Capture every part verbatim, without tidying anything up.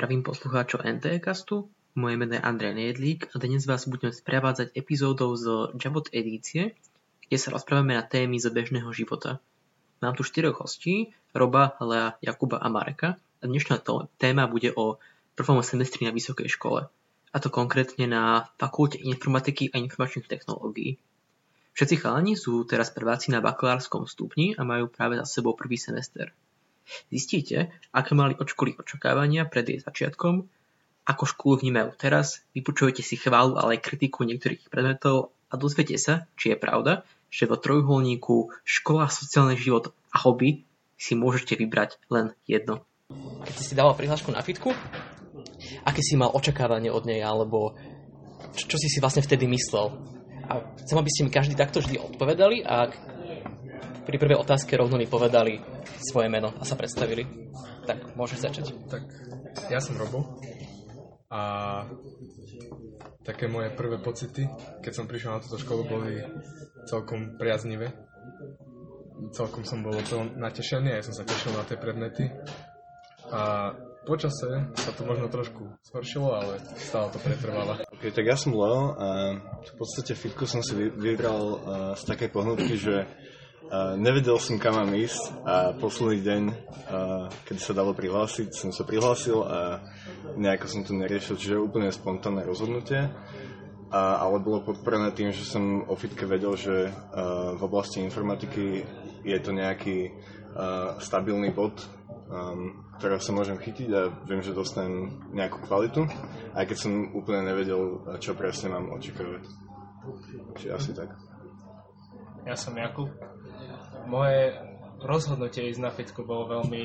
Zdravím poslucháčov en té castu, moje meno je Andrej Nejedlík a dnes vás budem sprevádzať epizódou z Jabot edície, kde sa rozprávame na témy z bežného života. Mám tu štyroch hostí, Roba, Lea, Jakuba a Mareka a dnešná téma bude o prvom semestri na vysokej škole, a to konkrétne na Fakulte informatiky a informačných technológií. Všetci chalani sú teraz prváci na bakalárskom stupni a majú práve za sebou prvý semester. Zistíte, aké mali od školy očakávania pred jej začiatkom, ako školu vnímajú teraz, vypočujete si chválu, ale aj kritiku niektorých predmetov a dozviete sa, či je pravda, že vo trojuholníku škola, sociálny život a hobby si môžete vybrať len jedno. Keď si si dala prihlášku na fitku, aké si mal očakávanie od nej, alebo čo, čo si si vlastne vtedy myslel? A chcem, aby ste mi každý takto vždy odpovedali a pri prvej otázke rovno mi povedali svoje meno a sa predstavili. Tak, môžeš začať. Tak, ja som Robo a také moje prvé pocity, keď som prišiel na túto školu, boli celkom priaznivé. Celkom som bol natešený a ja som sa tešil na tie predmety. A po čase sa to možno trošku zhoršilo, ale stále to pretrváva. Ok, tak ja som Leo a v podstate fitku som si vybral uh, z takej pohnutky, že Uh, nevedel som, kam mám ísť a posledný deň, uh, keď sa dalo prihlásiť, som sa prihlásil a nejako som to neriešil, čiže úplne spontánne rozhodnutie. Uh, ale bolo podporené tým, že som o fitke vedel, že uh, v oblasti informatiky je to nejaký uh, stabilný bod, um, ktorého sa môžem chytiť a viem, že dostanem nejakú kvalitu, aj keď som úplne nevedel, čo presne mám očakávať. Čiže asi tak. Ja som Jakub. Moje rozhodnutie ísť na fitku bolo veľmi,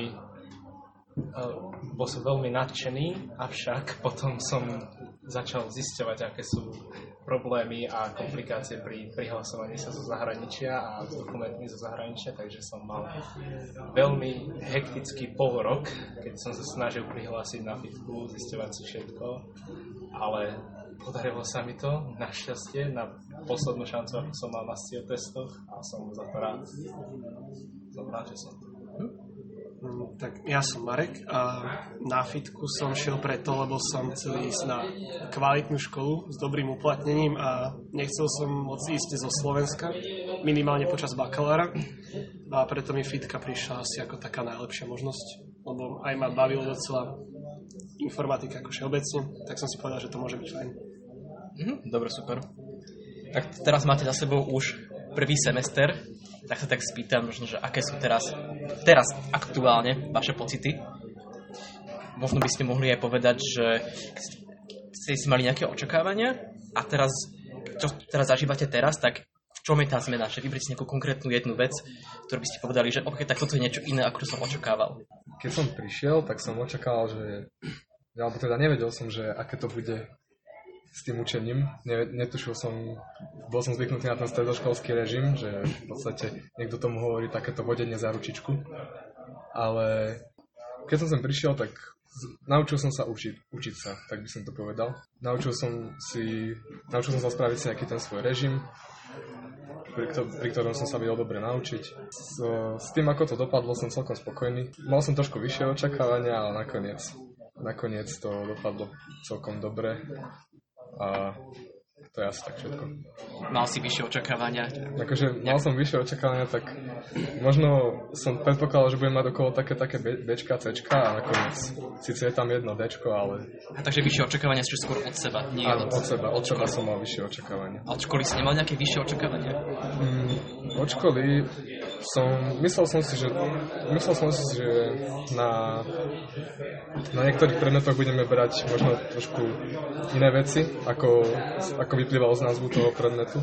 uh, bol som veľmi nadšený, avšak potom som začal zisťovať, aké sú problémy a komplikácie pri prihlasovaní sa zo zahraničia a s dokumentmi zo zahraničia, takže som mal veľmi hektický pol rok, keď som sa snažil prihlásiť na fitku, zisťovať si všetko, ale podarilo sa mi to, našťastie, na poslednú šancu, ako som mal na es té ó testoch a som za to rád. Som rád, že som tu. Hmm, tak ja som Marek a na fitku som šiel preto, lebo som chcel ísť na kvalitnú školu s dobrým uplatnením a nechcel som moc ísť zo Slovenska, minimálne počas bakalára, a preto mi fitka prišla asi ako taká najlepšia možnosť, lebo aj ma bavilo docela informatika ako všeobecne, tak som si povedal, že to môže byť fajn. Mhm, dobre, super. Tak teraz máte za sebou už prvý semester, tak sa tak spýtam, možno, že aké sú teraz, teraz aktuálne vaše pocity. Možno by ste mohli aj povedať, že ste si mali nejaké očakávania a teraz, čo teraz zažívate teraz, tak v čom je tá zmena? Že vybrať si nejakú konkrétnu jednu vec, ktorú by ste povedali, že ok, tak toto je niečo iné, ako som očakával. Keď som prišiel, tak som očakával, že, alebo teda nevedel som, že aké to bude s tým učením. Netušil som, bol som zvyknutý na ten stredoškolský režim, že v podstate niekto tomu hovorí takéto vodenie za ručičku. Ale keď som sem prišiel, tak naučil som sa učiť, učiť sa, tak by som to povedal. Naučil som si, naučil som sa spraviť si nejaký ten svoj režim, pri, ktor- pri ktorom som sa vedel dobre naučiť. S, s tým, ako to dopadlo, som celkom spokojný. Mal som trošku vyššie očakávania, ale nakoniec, nakoniec to dopadlo celkom dobre. A to je asi tak všetko. Mal si vyššie očakávania? Akože mal som vyššie očakávania, tak možno som predpokladal, že budem mať okolo také, také Bčka, Cčka a nakoniec síce je tam jedno Dčko, ale... A takže vyššie očakávania sú skôr od seba? Nie Áno, od, od seba. Od školy. seba som mal vyššie očakávania. A od školy si nemal nejaké vyššie očakávania? Mm, od školy som... Myslel som si, že... Myslel som si, že na... Na niektorých predmetoch budeme brať možno trošku iné veci, ako, ako vyplývalo z názvu toho predmetu.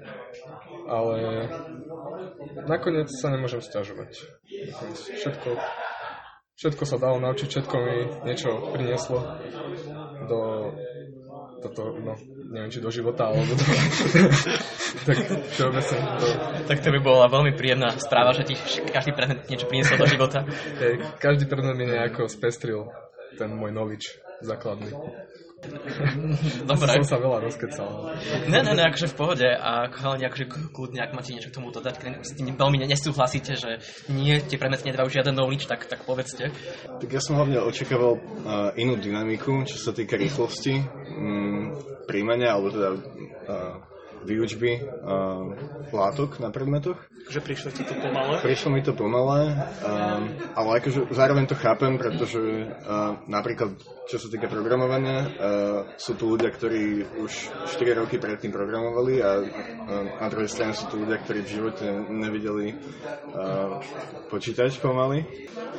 Ale nakoniec sa nemôžem sťažovať. Všetko, všetko sa dalo naučiť, všetko mi niečo prinieslo do toto, no, neviem, či do života, alebo do... tak všeobecne. Do... Tak to by bola veľmi príjemná správa, že ti každý predmet niečo priniesol do života. Hej, každý predmet mi nejako spestril ten môj knowledge základný. Dobre. Som sa veľa rozkecal. Ne, ne, ne, akože v pohode a hlavne akože kľudne, ak máte niečo k tomu dodať, keď s tým veľmi nesúhlasíte, že nie, tie predmety nedávajú žiaden knowledge, tak, tak povedzte. Tak ja som hlavne očakával uh, inú dynamiku, čo sa týka rýchlosti um, príjmania, alebo teda uh, výučby uh, látok na predmetoch. Že prišlo ti to pomalé? Prišlo mi to pomalé, um, ale akože zároveň to chápem, pretože uh, napríklad čo sa týka programovania, uh, sú tu ľudia, ktorí už štyri roky predtým programovali a uh, na druhej strane sú tu ľudia, ktorí v živote nevideli uh, počítač pomaly.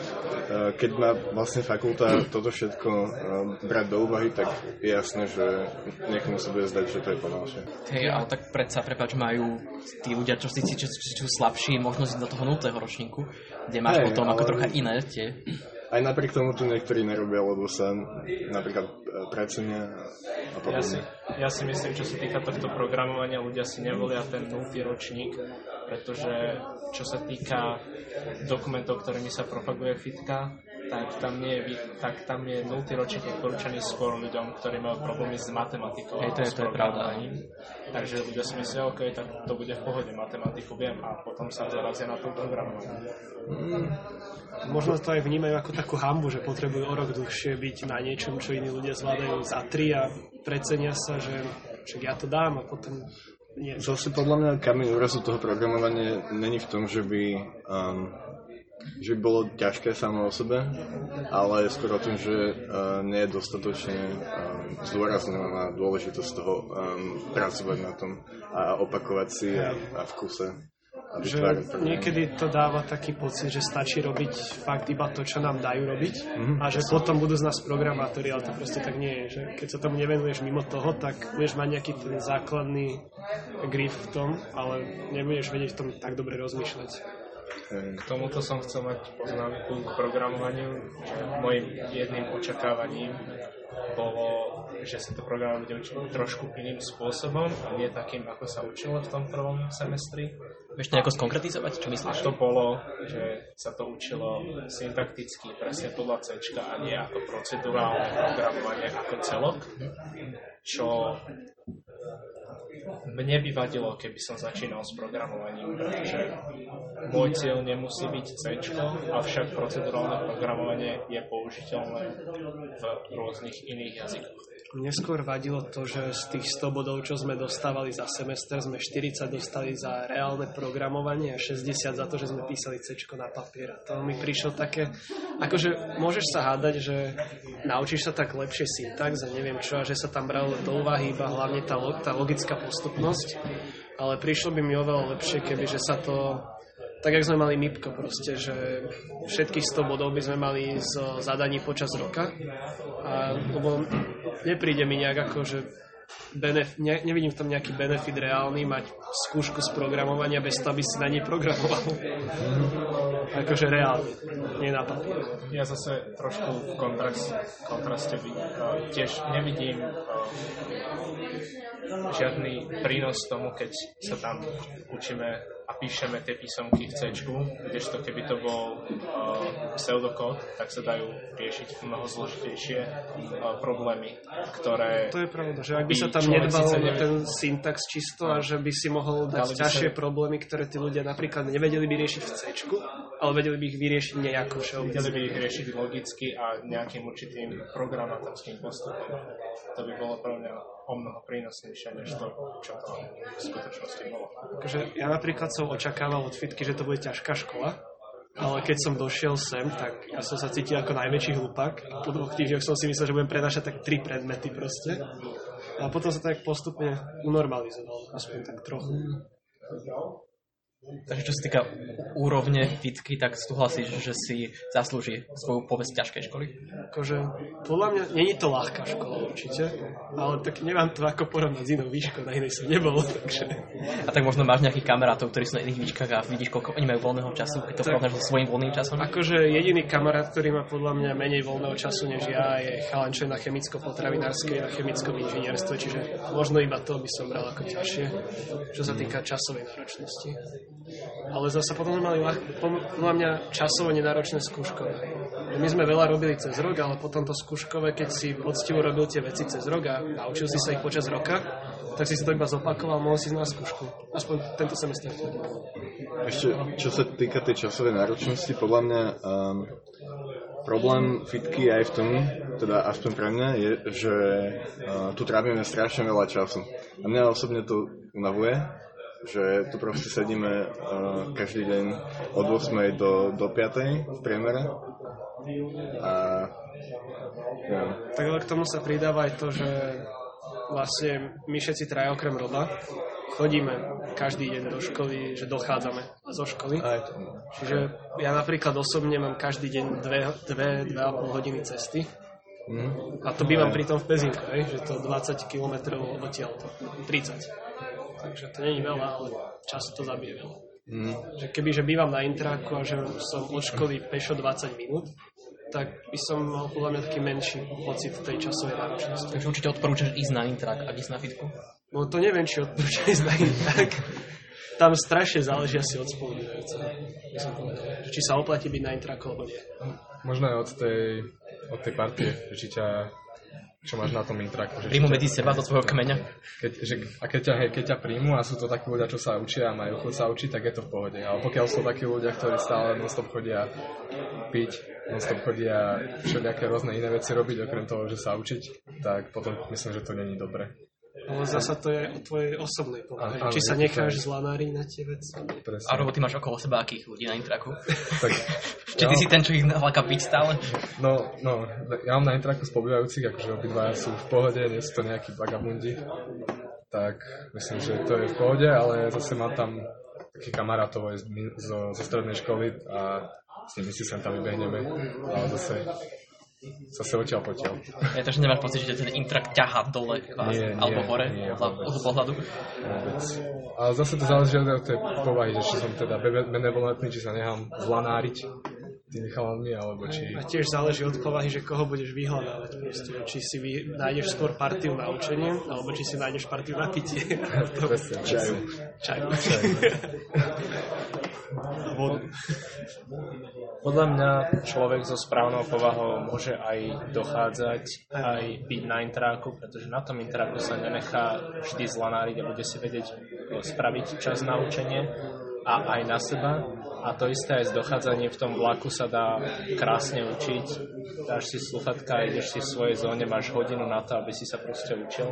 Uh, keď má vlastne fakulta toto všetko uh, brať do úvahy, tak je jasné, že niekomu sa bude zdať, že to je pomalšie. Hej, ale tak predsa, prepáč, majú tí ľudia, čo si čo, čo, čo slabší, možnosť do toho nultého ročníku, kde máš hey, potom ale... ako trocha iné tie. Aj napriek tomu tu niektorí nerobia, lebo sa napríklad precenia a podobne. Ja si, ja si myslím, čo sa týka tohto programovania, ľudia si nevolia ten nultý ročník, pretože čo sa týka dokumentov, ktorými sa propaguje fitka, tak tam, nie je, tak tam je nultý ročník odporúčaný skôr ľuďom, ktorí majú problémy s matematikou. Hej, to je, to je pravda. Takže ľudia si myslia, OK, tak to bude v pohode, matematiku viem a potom sa zarazia na tom programovaní. Mm. Možno to aj vnímajú ako takú hanbu, že potrebujú o rok dlhšie byť na niečom, čo iní ľudia zvládajú za tri a precenia sa, že však ja to dám a potom nie. Zase podľa mňa kameň úrazu toho programovania není v tom, že by... Um, že by bolo ťažké samo o sebe, ale skôr o tom, že uh, nie je dostatočne um, zdôraznená dôležitosť toho um, pracovať na tom a opakovať si a, a v kuse. Že niekedy to dáva taký pocit, že stačí robiť fakt iba to, čo nám dajú robiť mm-hmm. a že potom budú z nás programátori, ale to proste tak nie je. Že keď sa tomu nevenuješ mimo toho, tak budeš mať nejaký ten základný grif v tom, ale nebudeš vedieť v tom tak dobre rozmýšľať. K tomuto som chcel mať poznámku k programovaniu, že mojim jedným očakávaním bolo, že sa to programovanie bude učiť trošku iným spôsobom a nie takým, ako sa učilo v tom prvom semestri. Vieš to nejako skonkretizovať, čo myslíš? A to bolo, že sa to učilo syntakticky, presne podľa C-čka a nie ako procedurálne programovanie, ako celok, čo mne by vadilo, keby som začínal s programovaním, pretože môj cieľ nemusí byť C-čko, avšak procedurálne programovanie je použiteľné v rôznych iných jazykoch. Mne skôr vadilo to, že z tých sto bodov, čo sme dostávali za semester, sme štyridsať dostali za reálne programovanie a šesťdesiat za to, že sme písali C-čko na papier. A to mi prišlo také, akože môžeš sa hádať, že naučíš sa tak lepšie syntax a neviem čo, a že sa tam bralo do úvahy iba hlavne tá, tá logická postupnosť, ale prišlo by mi oveľa lepšie, keby že sa to, tak jak sme mali MIPko proste, že všetkých sto bodov by sme mali z zadaní počas roka, a, lebo nepríde mi nejak ako, že benef- ne, nevidím v tom nejaký benefit reálny mať skúšku z programovania bez toho, aby si na nej programoval. Akože reálne, nie na papier. Ja zase trošku v kontrast, kontraste uh, tiež nevidím uh, žiadny prínos tomu, keď sa tam učíme a píšeme tie písomky v C-čku, kdežto keby to bol uh, pseudokód, tak sa dajú riešiť mnoho zložitejšie uh, problémy, ktoré... To je pravda, že ak by sa tam nedbalo na ten syntax čisto a že by si mohol dať ťažšie sa... problémy, ktoré tí ľudia napríklad nevedeli by riešiť v C-čku, ale vedeli by ich vyriešiť nejako všeobecne. Vedeli by ich riešiť logicky a nejakým určitým programátorským postupom. To by bolo pre mňa o mnoho prínosnejšie, než to, čo to v skutočnosti bolo. Takže ja napríklad som očakával od fitky, že to bude ťažká škola, ale keď som došiel sem, tak ja som sa cítil ako najväčší hlupák. Po dvoch týždňoch som si myslel, že budem prednášať tak tri predmety proste. A potom sa tak postupne unormalizoval, aspoň tak trochu. Takže čo sa týka úrovne fitky, tak súhlasíš, že si zaslúži svoju povesť ťažkej školy? Akože, podľa mňa, nie je to ľahká škola určite, ale tak nemám to ako porovnať s inou výškou, na inej som nebol, takže... A tak možno máš nejakých kamarátov, ktorí sú na iných výškach a vidíš, koľko oni majú voľného času, keď to porovnáš so svojím voľným časom? Akože jediný kamarát, ktorý má podľa mňa menej voľného času než ja, je chalan, čo je na chemicko-potravinárskej, na chemickom inžinierstve, čiže možno iba to by som bral ako ťažšie, čo sa týka časovej náročnosti. Ale zase potom sme mali ľah- podľa mňa časovo nenáročné skúškové. My sme veľa robili cez rok, ale potom to skúškové, keď si poctivo robil tie veci cez rok a naučil si sa ich počas roka, tak si si to iba zopakoval, mohol si ísť na skúšku. Aspoň tento semestr. Ešte, čo sa týka tej časovej náročnosti, podľa mňa um, problém fitky aj v tom, teda aspoň pre mňa, je, že uh, tu trávime strašne veľa času. A mňa osobne to unavuje, že tu proste sedíme uh, každý deň od ôsmej do, do piatej v priemere. A ja. Tak ale k tomu sa pridáva aj to, že vlastne my všetci traja okrem Roba chodíme každý deň do školy, že dochádzame zo školy. Aj to. Čiže ja napríklad osobne mám každý deň dve, dve, dve a pol hodiny cesty. Mm. A to bývam pritom v Pezinku, že to dvadsať kilometrov odtiaľto, tridsať. Takže to nie je veľa, ale času to zabije veľa. Mm. Že keby, že bývam na Intráku a že som od školy pešo dvadsať minút, tak by som mal podľa mňa taký menší pocit tej časovej náročnosti. Takže určite odporúčaš ísť na Intrák a ísť na fitku? No to neviem, či odporúčam ísť na Intrák. Tam strašne záleží asi od spolubývajúceho. Či sa oplatí byť na Intráku, alebo nie. Možno aj od tej, od tej partie, či ťa, čo máš na tom Intráku. Príjmu medzi seba do svojho kmeňa. Keď, že, a keď ťa, hej, keď ťa príjmu a sú to takí ľudia, čo sa učia a majú chuť sa učiť, tak je to v pohode. Ale pokiaľ sú takí ľudia, ktorí stále non-stop chodia piť, non-stop chodia všelijaké rôzne iné veci robiť, okrem toho, že sa učiť, tak potom myslím, že to není dobre. Ale zasa to je o tvojej osobnej povahe. Či sa necháš zlanáriť na tie veci. Presne. A Robo, ty máš okolo seba akých ľudí na Intraku? Tak, Či ty ja, si ten, čo ich nahláka piť stále? No, no, ja mám na Intraku spolubývajúcich, akože obidvaja sú v pohode, nie sú to nejakí vagabundi. Tak myslím, že to je v pohode, ale zase mám tam taký kamarátov z, zo, zo strednej školy a s nimi si sem tam vybehneme, ale zase zase odtiaľ potiaľ. Ja to, že nemáš pocit, že ten Intrak ťahá dole vás, nie, alebo nie, hore, nie, od pohľadu? Vôbec. Ale zase to záleží od tej povahy, že či som teda benevolentný, či sa nechám zlanáriť tými chalanmi, alebo či... A tiež záleží od povahy, že koho budeš vyhľadávať. Proste, či si vy, nájdeš skôr partiu na učenie, alebo či si nájdeš partiu na pitie. Presne, čaju. Čaju. Vodu. Podľa mňa človek so správnou povahou môže aj dochádzať, aj byť na Intráku, pretože na tom Intráku sa nenechá vždy zlanáriť a bude si vedieť spraviť čas na učenie a aj na seba. A to isté aj s dochádzaním v tom vlaku sa dá krásne učiť. Dáš si sluchatka, ideš si v svojej zóne, máš hodinu na to, aby si sa proste učil.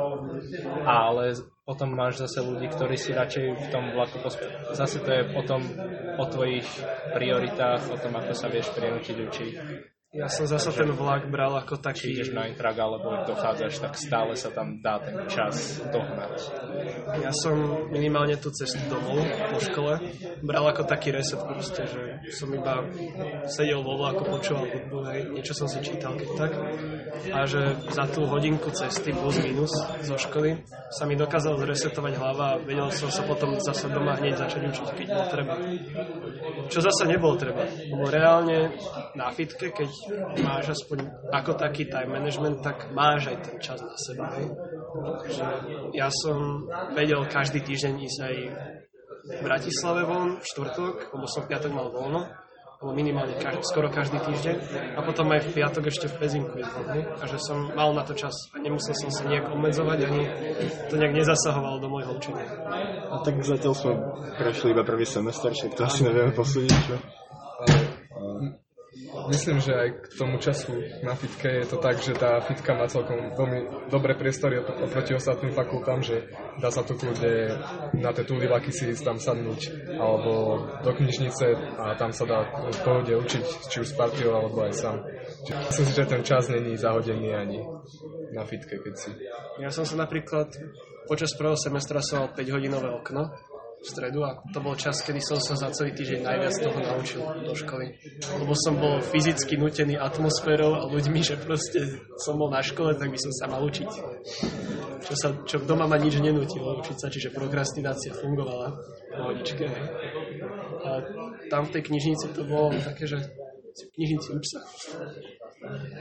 Ale potom máš zase ľudí, ktorí si radšej v tom vlaku pospievajú. Zase to je potom o tvojich prioritách, o tom, ako sa vieš prinútiť učiť. Ja som zasa ten vlak bral ako taký... Či ideš na Intrak, alebo dochádzaš, tak stále sa tam dá ten čas dohnať. Ja som minimálne tú cestu domov po škole bral ako taký reset proste, že som iba sedel vo vlaku, počúval hudbu, hej, niečo som si čítal keď tak. A že za tú hodinku cesty plus minus zo školy sa mi dokázal zresetovať hlava a vedel som sa potom zase doma hneď začať učiť, keď bolo treba. Čo zase nebolo treba, lebo reálne na fitke, keď máš aspoň ako taký time management, tak máš aj ten čas na seba. Hej? Že ja som vedel každý týždeň ísť aj v Bratislave von v štvrtok, lebo som v piatok mal voľno, alebo minimálne každý, skoro každý týždeň, a potom aj v piatok ešte v Pezinku jedno, a že som mal na to čas a nemusel som sa nejak obmedzovať, ani to nejak nezasahovalo do môjho učenia. A tak zatiaľ sme prešli iba prvý semester, však to asi nevieme posúdiť, čo? Ale myslím, že aj k tomu času na fitke je to tak, že tá fitka má celkom veľmi dobré priestory oproti ostatným fakultám, že dá sa tu kľudne na tie túlivaky si tam sadnúť alebo do knižnice a tam sa dá v pohode učiť, či už s partiou alebo aj sám. Čiže myslím si, že ten čas není zahodený ani na fitke, keď si... Ja som sa napríklad počas prvého semestra som mal päťhodinové okno v stredu a to bol čas, kedy som sa za celý týždeň najviac toho naučil do školy. Lebo som bol fyzicky nutený atmosférou a ľuďmi, že proste som bol na škole, tak by som sa mal učiť. Čo, sa, čo doma ma nič nenútilo učiť sa, čiže prokrastinácia fungovala v pohodičke. A tam v tej knižnici to bolo také, že v knižnici uč sa.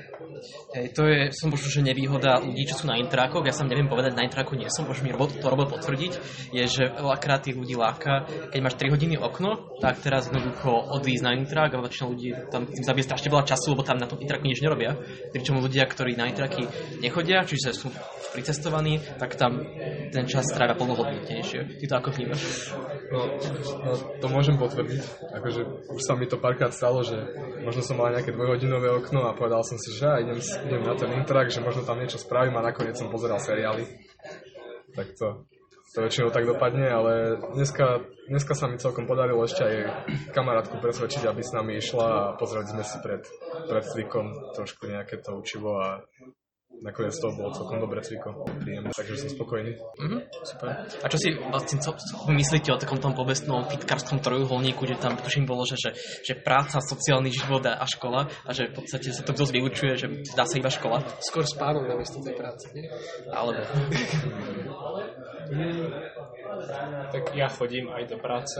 Hej, to je, som možno, že nevýhoda ľudí, čo sú na intrákoch. Ja sa neviem povedať, na intráku nie som, možno mi robot, to robot potvrdiť, je, že veľakrát tých ľudí láka, keď máš tri hodiny okno, tak teraz jednoducho odísť na intrák a väčšina ľudí tam tým zabije strašne veľa času, lebo tam na tom intráku nič nerobia. Pričom ľudia, ktorí na intráky nechodia, čiže sú pricestovaní, tak tam ten čas trávia plnohodnotnejšie. Ty to ako vnímaš? No, no, to môžem potvrdiť. Akože už sa mi to párkrát stalo, že možno som mal nejaké dvojhodinové okno a povedal som si, že ja idem, idem na ten intrak, že možno tam niečo spravím a nakoniec som pozeral seriály. Tak to, to väčšinou tak dopadne, ale dneska, dneska sa mi celkom podarilo ešte aj kamarátku presvedčiť, aby s nami išla a pozreli sme si pred, pred cvikom trošku nejaké to učivo a nakoniec to bolo celkom dobré cviko, príjemné, takže som spokojný. Mm-hmm, super. A čo si vlastne, co, co myslíte o takom tom povestnom fitkárskom trojuholníku, že tam tuším bolo, že, že, že práca, sociálny život a škola a že v podstate sa to dosť vyučuje, že dá sa iba škola? Skôr spánok namiesto tej práce, nie? Alebo... Tak ja chodím aj do práce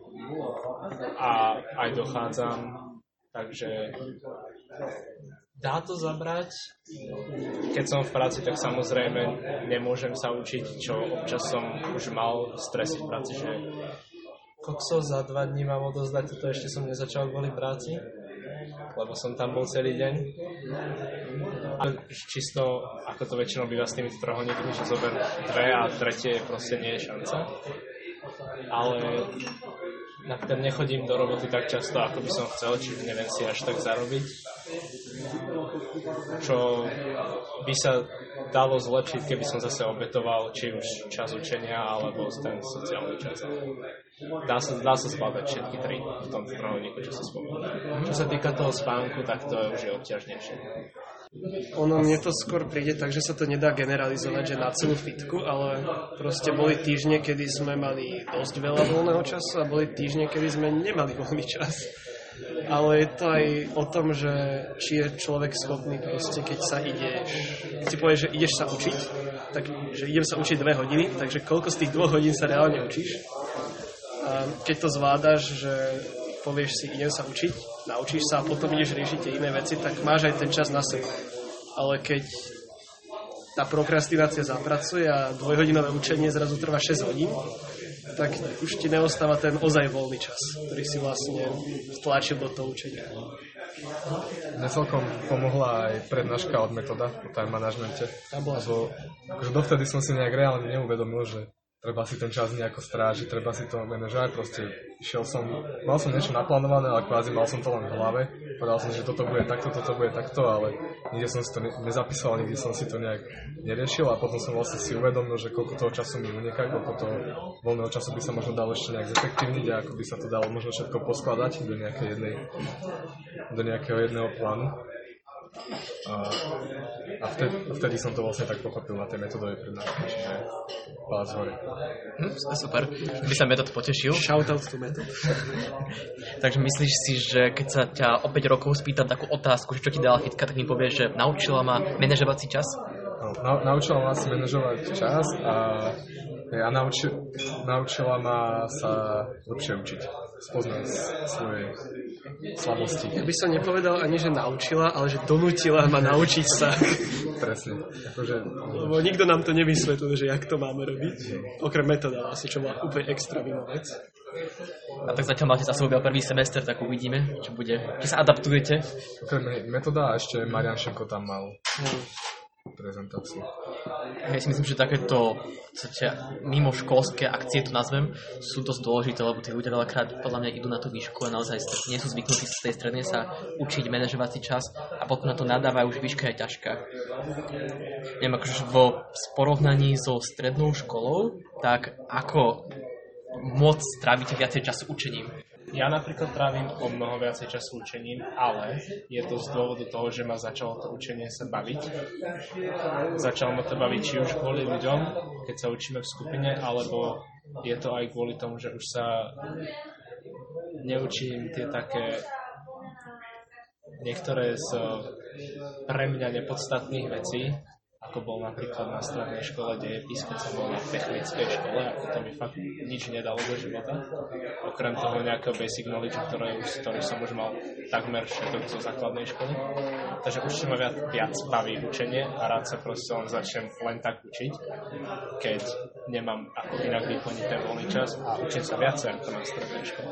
a aj dochádzam, takže dá to zabrať. Keď som v práci, tak samozrejme nemôžem sa učiť, čo občas som už mal stresy v práci, že kokso za dva dní mám odozdať, toto ešte som nezačal kvôli práci, lebo som tam bol celý deň. A čisto, ako to väčšinou býva s tými trojuholníkmi, že zober dve a tretie proste nie je šanca. Ale napríklad nechodím do roboty tak často, ako by som chcel, čiže neviem si až tak zarobiť. Čo by sa dalo zlepšiť, keby som zase obetoval či už čas učenia, alebo ten sociálny čas. Dá sa, dá sa skladať všetky tri v tom trojuholníku, čo sa spomínal. Čo sa týka toho spánku, tak to už je obťažnejšie. Ono mne to skôr príde tak, že sa to nedá generalizovať, že na celú fitku, ale proste boli týždne, kedy sme mali dosť veľa voľného času a boli týždne, kedy sme nemali voľný čas. Ale je to aj o tom, že či je človek schopný proste, keď sa ideš, keď si povieš, že ideš sa učiť, tak že idem sa učiť dve hodiny, takže koľko z tých dvoch hodín sa reálne učíš. A keď to zvládaš, že povieš si, idem sa učiť, naučíš sa a potom ideš riešiť tie iné veci, tak máš aj ten čas na seba. Ale keď tá prokrastinácia zapracuje a dvojhodinové učenie zrazu trvá šesť hodín, tak už ti neostáva ten ozaj voľný čas, ktorý si vlastne vtlačil do toho učenia. Mne celkom pomohla aj prednáška od Metoda o time manažmente. Lebo akože dovtedy som si nejak reálne neuvedomil, že treba si ten čas nejako strážiť, treba si to manažovať, proste išiel som, mal som niečo naplánované, ale kvázi mal som to len v hlave, povedal som, že toto bude takto, toto bude takto, ale nikde som si to ne- nezapísal, nikde som si to nejak neriešil a potom som vlastne si uvedomil, že koľko toho času mi uniká, koľko toho voľného času by sa možno dalo ešte nejak zefektívniť a ako by sa to dalo možno všetko poskladať do nejakej jednej, do nejakého jedného plánu. A, a vtedy, vtedy som to vlastne tak pochopil na tej metodovej prednáške, čiže palec hore. Hm, super, by sa Metod potešil. Shoutout to Metod. Takže myslíš si, že keď sa ťa o päť rokov spýtam takú otázku, že čo ti dala fitka, tak mi povieš, že naučila ma manažovací čas? No, na, naučila ma asi manažovať čas a, a nauči, naučila ma sa lepšie učiť, spoznať svoje slabosti. Ja by som nepovedal ani, že naučila, ale že donútila ma naučiť sa. Presne. Akože... Lebo nikto nám to nevysvetlil, že jak to máme robiť. Okrem Metoda asi, čo bola úplne extra mimo vec. A tak zatiaľ máte za sebou prvý semester, tak uvidíme, čo bude. Či sa adaptujete. Okrem Metoda a ešte Marian Šenko tam mal prezentáciu. Ja si myslím, že takéto mimo školské akcie, to nazvem, sú dosť dôležité, lebo tí ľudia veľakrát podľa mňa idú na tú výšku a naozaj nie sú zvyknutí z tej strednej sa učiť manažovací čas a potom na to nadávajú, že výška je ťažká. Neviem, akože vo porovnaní so strednou školou, tak ako moc trávite viacej času učením? Ja napríklad trávim o mnoho viacej času učením, ale je to z dôvodu toho, že ma začalo to učenie sa baviť. Začalo ma to baviť či už kvôli ľuďom, keď sa učíme v skupine, alebo je to aj kvôli tomu, že už sa neučím tie také niektoré z pre mňa nepodstatných vecí, ako bol napríklad na strednej škole dejepis, keď som bol na technickej škole, ako to mi fakt nič nedalo do života. Okrem toho nejakého basic knowledge, ktorý, ktorý som už mal takmer všetko zo základnej školy. Takže určite ma viac, viac baví učenie a rád sa proste len začnem len tak učiť, keď nemám ako inak vyplniť ten voľný čas a učím sa viacej ako na strednej škole.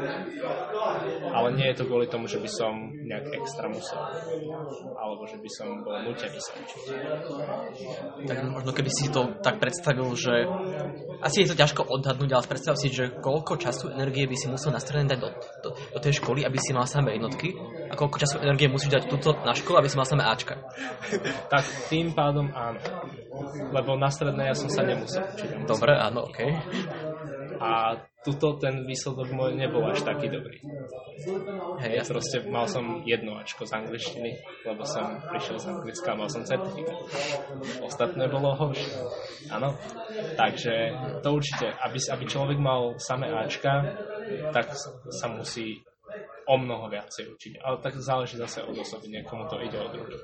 Ale nie je to kvôli tomu, že by som nejak extra musel, alebo že by som bol nútený sa učiť. Tak možno keby si to tak predstavil, že asi je to ťažko odhadnúť, ale predstav si, že koľko času energie by si musel na strednej dať do, do, do tej školy, aby si mal samé jednotky a koľko času energie musíš dať túto na školu, aby si mal samé Ačka. Tak tým pádom áno. Lebo na strednej ja som sa nemusel učiť. Dobre, áno, okej. Okay. A tuto ten výsledok môj nebol až taký dobrý. Hej, ja proste mal som jedno Ačko z angličtiny, lebo som prišiel z Anglicka a mal som certifikát. Ostatné bolo horšie. Áno. Takže to určite, aby, aby človek mal samé Ačka, tak sa musí o mnoho viacej učiť. Ale tak záleží zase od osoby, niekomu to ide od ruky.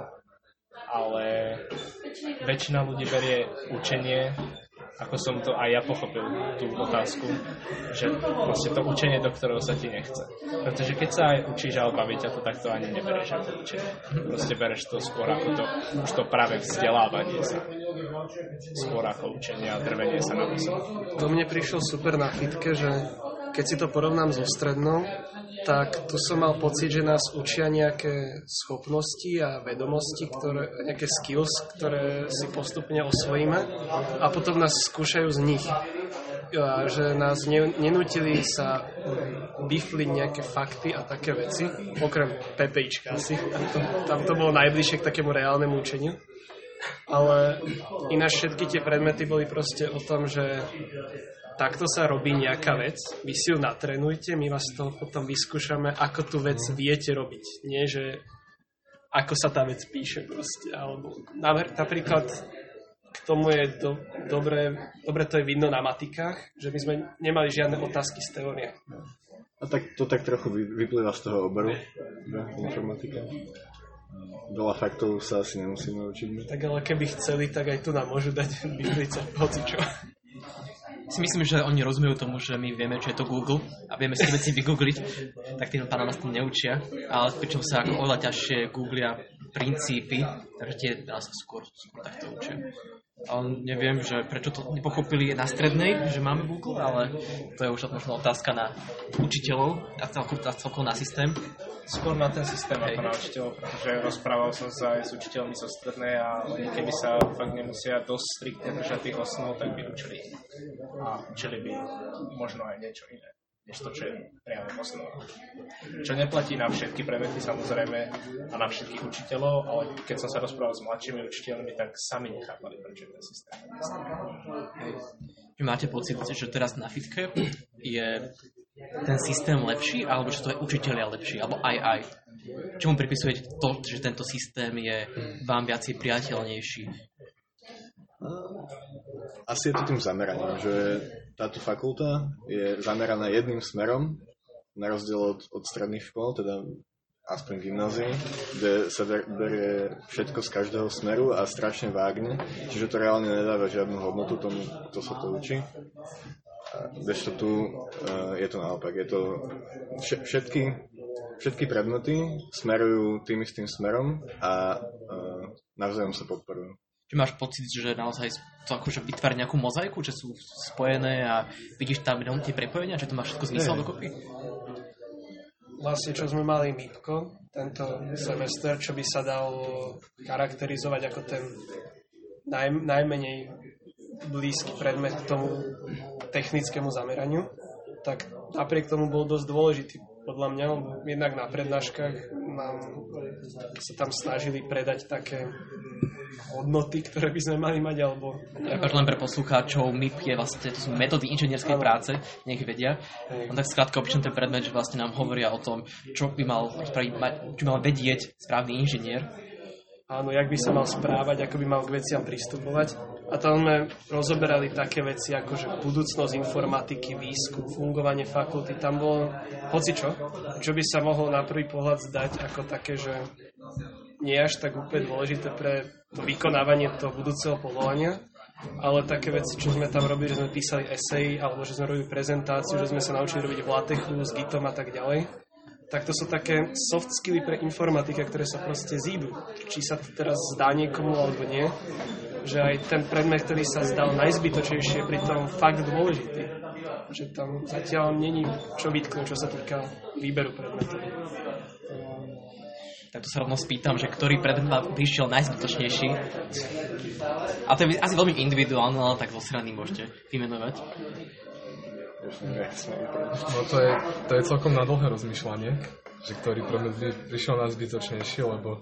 Ale väčšina ľudí berie učenie, ako som to aj ja pochopil, tú otázku, že vlastne to učenie, do ktorého sa ti nechce. Pretože keď sa aj učíš, ale baví ťa to, tak to ani nebereš ako učenie. Proste bereš to skôr ako to, už to práve vzdelávanie sa. Skôr ako učenie a drvenie sa na mysle. To mne prišlo super na fitke, že keď si to porovnám so strednou, tak tu som mal pocit, že nás učia nejaké schopnosti a vedomosti, ktoré, nejaké skills, ktoré si postupne osvojíme a potom nás skúšajú z nich. A že nás ne, nenútili sa bifliť nejaké fakty a také veci, okrem PPIčka asi. Tam to, tam to bolo najbližšie k takému reálnemu učeniu. Ale ináč všetky tie predmety boli proste o tom, že takto sa robí nejaká vec, vy si ju natrenujte, my vás to potom vyskúšame, ako tú vec viete robiť. Nie, že ako sa tá vec píše proste. Alebo napríklad k tomu je do, dobre, dobre to je vidno na matikách, že my sme nemali žiadne otázky z teórie. A tak to tak trochu vyplýva z toho oboru, informatika. Veľa faktov sa asi nemusíme učiť. Tak ale keby chceli, tak aj tu nám môžu dať biblice, hocičo. Si myslím, že oni rozumejú tomu, že my vieme, čo je to Google a vieme si veci vygoogliť, tak tým pána nás tým neučia, ale pričom sa ako oveľa ťažšie googlia princípy, takže tie nás sa skôr, skôr takto učia. Ale neviem, že prečo to nepochopili na strednej, že máme Google, ale to je už možno otázka na učiteľov a celkovo na systém. Skôr na ten systém ako na učiteľov, pretože rozprával som sa aj s učiteľmi zo strednej a oni keby sa fakt nemusia dosť striktne držať tých osnov, tak by učili. A učili by možno aj niečo iné, než to, čo je priamo v osnovách. Čo neplatí na všetky predmety samozrejme a na všetkých učiteľov, ale keď som sa rozprával s mladšími učiteľmi, tak sami nechápali, prečo je ten systém. Máte pocit, že teraz na fitke je ten systém lepší, alebo že to je učiteľia lepší, alebo aj aj. Čomu pripisujete to, že tento systém je vám viacej priateľnejší? Asi je to tým zameraním, že táto fakulta je zameraná jedným smerom, na rozdiel od, od stredných škôl, teda aspoň gymnázií, kde sa berie všetko z každého smeru a strašne vágne, čiže to reálne nedáva žiadnu hodnotu tomu, kto sa to učí. Veď to tu uh, je to naopak. Je to všetky, všetky predmety smerujú tým istým smerom a uh, navzájom sa podporujú. Či máš pocit, že naozaj to akože vytvára nejakú mozaiku, že sú spojené a vidíš tam tie prepojenia, že to má všetko zmysel dokopy? Vlastne, čo sme mali MIPko tento semester, čo by sa dalo charakterizovať ako ten naj, najmenej blízky predmet k tomu technickému zameraniu, tak napriek tomu bol dosť dôležitý podľa mňa, lebo jednak na prednáškach nám sa tam snažili predať také hodnoty, ktoré by sme mali mať, alebo... Prepač len pre poslucháčov, em í pé je vlastne, to sú metódy inžinierskej práce, nech vedia. On tak skrátka opičujem ten predmet, že vlastne nám hovoria o tom, čo by mal, čo by mal vedieť správny inžinier. Áno, jak by sa mal správať, ako by mal k veciam pristupovať. A tam sme rozoberali také veci, ako že budúcnosť informatiky, výskum, fungovanie fakulty. Tam bolo hocičo, čo by sa mohlo na prvý pohľad zdať ako také, že nie až tak úplne dôležité pre to vykonávanie toho budúceho povolania, ale také veci, čo sme tam robili, že sme písali esej, alebo že sme robili prezentáciu, že sme sa naučili robiť v latechu s Gitom a tak ďalej, tak to sú také soft skilly pre informatika, ktoré sa proste zídu. Či sa to teraz zdá niekomu, alebo nie. Že aj ten predmet, ktorý sa zdal najzbytočnejšie, je pritom fakt dôležitý. Že tam zatiaľ není čo vytknúť, čo sa týka výberu predmetov. Tak to sa rovno spýtam, že ktorý predmet vám prišiel najzbytočnejší. A to je asi veľmi individuálne, ale tak zo strany môžete vymenovať. No to je, to je celkom na dlhé rozmýšľanie, že ktorý predmet prišiel najzbytočnejší, lebo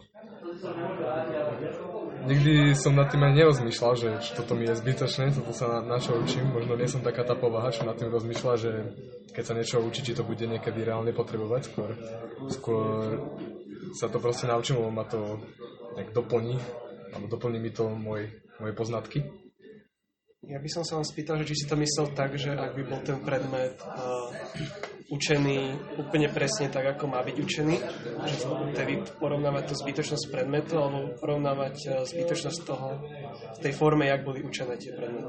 nikdy som nad tým aj nerozmýšľal, že toto mi je zbytočné, toto sa na, na čo učím. Možno nie som taká tá povaha, čo nad tým rozmýšľa, že keď sa niečo učí, či to bude niekedy reálne potrebovať. Skôr, skôr sa to proste naučím, lebo ma to nejak doplní, alebo doplní mi to môj, moje poznatky. Ja by som sa vám spýtal, že či si to myslel tak, že ak by bol ten predmet uh, učený úplne presne tak, ako má byť učený, že tedy porovnávať tú zbytočnosť predmetu, alebo porovnávať uh, zbytočnosť toho v tej forme, jak boli učené tie predmety.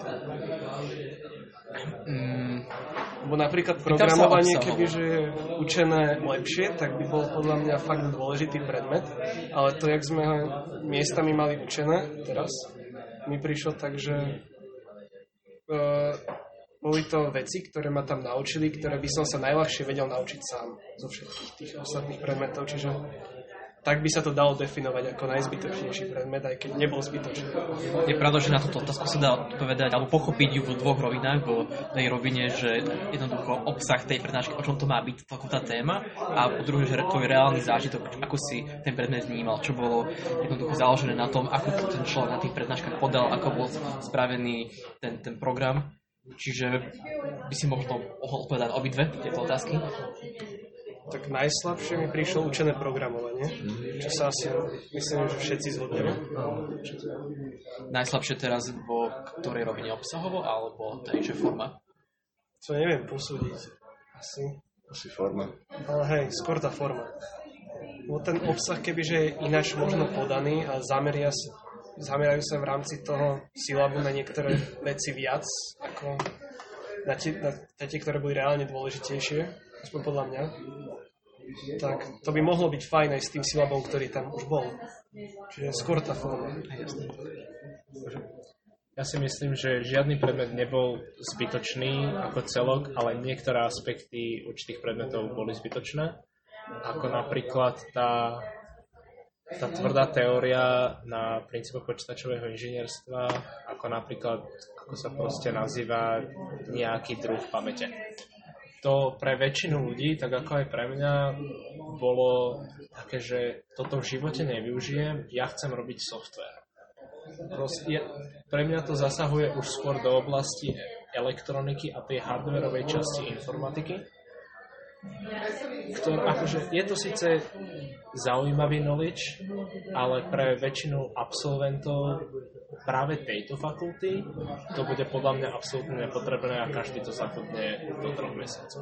Mm. Lebo napríklad programovanie, kebyže je učené lepšie, tak by bol podľa mňa fakt dôležitý predmet, ale to, jak sme ho miestami mali učené teraz, mi prišlo tak, že Uh, boli to veci, ktoré ma tam naučili, ktoré by som sa najľahšie vedel naučiť sám zo všetkých tých ostatných predmetov, čiže tak by sa to dalo definovať ako najzbytočnejší predmet, aj keď nebol zbytočný. Je pravda, že na túto otázku sa dá odpovedať alebo pochopiť ju v dvoch rovinách. V tej rovine, že jednoducho obsah tej prednášky, o čom to má byť, tá téma, a po druhé, že to je reálny zážitok, ako si ten predmet vnímal, čo bolo jednoducho založené na tom, ako ten človek na tých prednáškach podal, ako bol spravený ten, ten program. Čiže by si možno mohol odpovedať obidve tieto otázky. Tak najslabšie mi prišlo učené programovanie, čo sa asi myslím, že všetci zhodneme. Najslabšie teraz vo ktorej rovine, obsahovo alebo tej, že forma? To neviem posúdiť. Asi. Asi forma. Ale hej, skôr tá forma. Bo ten obsah, kebyže je ináč možno podaný a zameria sa, zamerajú sa v rámci toho syllabu na niektoré veci viac, ako na tie, na tie ktoré boli reálne dôležitejšie, aspoň podľa mňa, tak to by mohlo byť fajn aj s tým syllabom, ktorý tam už bol. Čiže skôr tá forma. Ja si myslím, že žiadny predmet nebol zbytočný ako celok, ale niektoré aspekty určitých predmetov boli zbytočné. Ako napríklad tá, tá tvrdá teória na princípoch počítačového inžinierstva, ako napríklad, ako sa proste nazýva nejaký druh pamäte. To pre väčšinu ľudí, tak ako aj pre mňa, bolo také, že toto v živote nevyužijem, ja chcem robiť software. Proste, pre mňa to zasahuje už skôr do oblasti elektroniky a tej hardwareovej časti informatiky. Ktoré, akože, je to síce zaujímavý knowledge, ale pre väčšinu absolventov práve tejto fakulty to bude podľa mňa absolútne nepotrebné a každý to zachodne do troch mesiacov.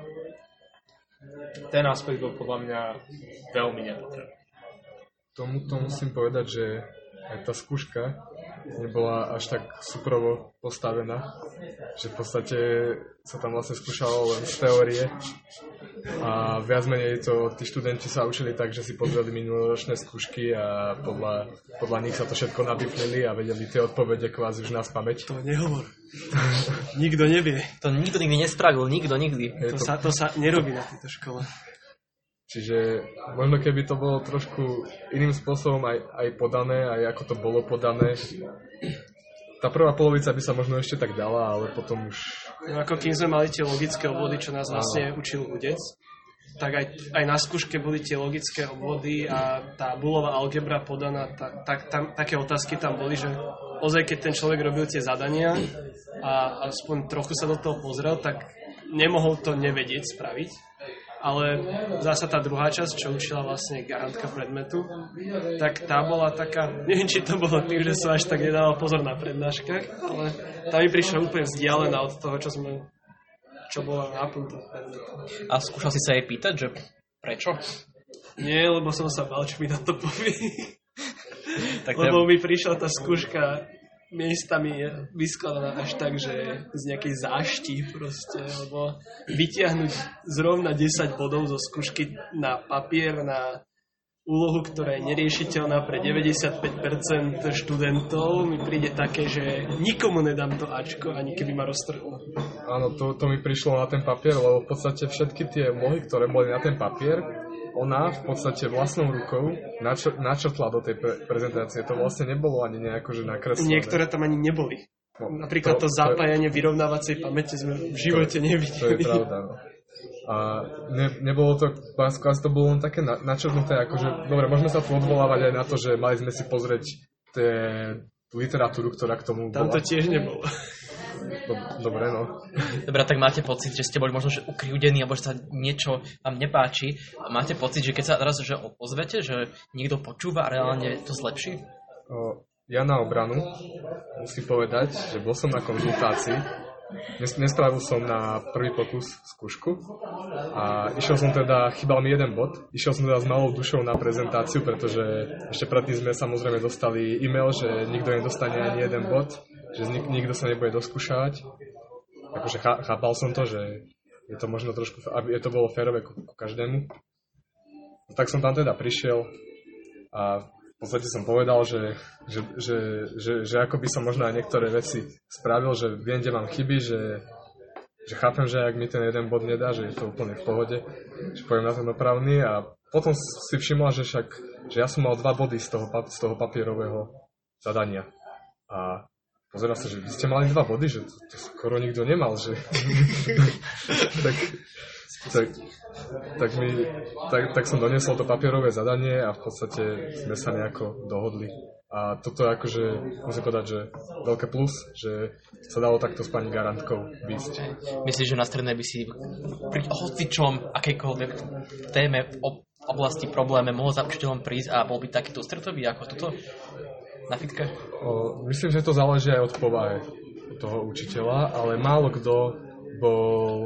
Ten aspekt bol podľa mňa veľmi nepotrebný. Tomuto musím povedať, že aj tá skúška nebola až tak súprovo postavená, že v podstate sa tam vlastne skúšalo len z teórie a viac menej to tí študenti sa učili tak, že si pozreli minuloročné skúšky a podľa, podľa nich sa to všetko nabifnili a vedeli tie odpovede kvázi už na spamäť. To nehovor. Nikto nevie. To nikto nikdy nespravil, nikto nikdy. To, to, sa, to sa nerobí na tejto škole. Čiže možno keby to bolo trošku iným spôsobom aj, aj podané, aj ako to bolo podané. Tá prvá polovica by sa možno ešte tak dala, ale potom už... No ako kým sme mali tie logické obvody, čo nás vlastne učil Udec, tak aj, aj na skúške boli tie logické obvody a tá Booleová algebra podaná, tak, tak, tam, také otázky tam boli, že ozaj keď ten človek robil tie zadania a aspoň trochu sa do toho pozrel, tak nemohol to nevedieť spraviť. Ale zasa tá druhá časť, čo učila vlastne garantka predmetu, tak tá bola taká, neviem, či to bolo tým, že som až tak nedával pozor na prednáškach, ale tá mi prišla úplne vzdialená od toho, čo sme, čo bolo náplň toho predmetu. A skúšal si sa jej pýtať, že prečo? Nie, lebo som sa bál, čo mi na to povie. Tak Lebo mi prišla tá skúška miestami vyskladaná až tak, že z nejakej zášti proste, lebo vytiahnuť zrovna desať bodov zo skúšky na papier, na úlohu, ktorá je neriešiteľná pre deväťdesiatpäť percent študentov, mi príde také, že nikomu nedám to Ačko, ani keby ma roztrhlo. Áno, to, to mi prišlo na ten papier, lebo v podstate všetky tie úlohy, ktoré boli na ten papier, ona v podstate vlastnou rukou načr- načrtla do tej pre- prezentácie. To vlastne nebolo ani nejako, že nakreslené. Niektoré tam ani neboli. No, Napríklad to, to zapájanie to, vyrovnávacej pamäte sme v živote to, nevideli. To je pravda, no. A ne, nebolo to, kvás to bolo len také na, načrtnuté, akože, dobre, môžeme sa tu odvolávať aj na to, že mali sme si pozrieť tie, tú literatúru, ktorá k tomu Tam bola. to tiež nebolo. Dobre, no. Dobre, tak máte pocit, že ste boli možno že ukriúdení, alebo že sa niečo vám nepáči. A máte pocit, že keď sa teraz že opozvete, že niekto počúva a reálne to zlepší? O, ja na obranu musím povedať, že bol som na konzultácii. Nes- nespravil som na prvý pokus skúšku a išiel som teda, chýbal mi jeden bod, išiel som teda s malou dušou na prezentáciu, pretože ešte predtým sme samozrejme dostali e-mail, že nikto nedostane ani jeden bod, že nik- nikto sa nebude doskúšať. Akože chá- chápal som to, že je to možno trošku, aby to bolo férové ku, ku každému. Tak som tam teda prišiel a v podstate som povedal, že, že, že, že, že ako by som možno aj niektoré veci spravil, že viem, kde mám chyby, že, že chápem, že ak mi ten jeden bod nedá, že je to úplne v pohode, že poviem na ten opravný a potom si všimla, že však, že ja som mal dva body z toho, z toho papierového zadania a pozeral sa, že vy ste mali dva body, že to, to skoro nikto nemal, že tak, tak, tak, mi, tak, tak som doniesol to papierové zadanie a v podstate sme sa nejako dohodli. A toto je akože, musím povedať, že veľké plus, že sa dalo takto s pani garantkou výsť. Myslíš, že na strednej by si pri hocičom, akejkoľvek téme, oblasti, probléme mohol za učiteľom prísť a bol by takýto stretový ako toto na fitke? O, myslím, že to záleží aj od povahy toho učiteľa, ale málo kto bol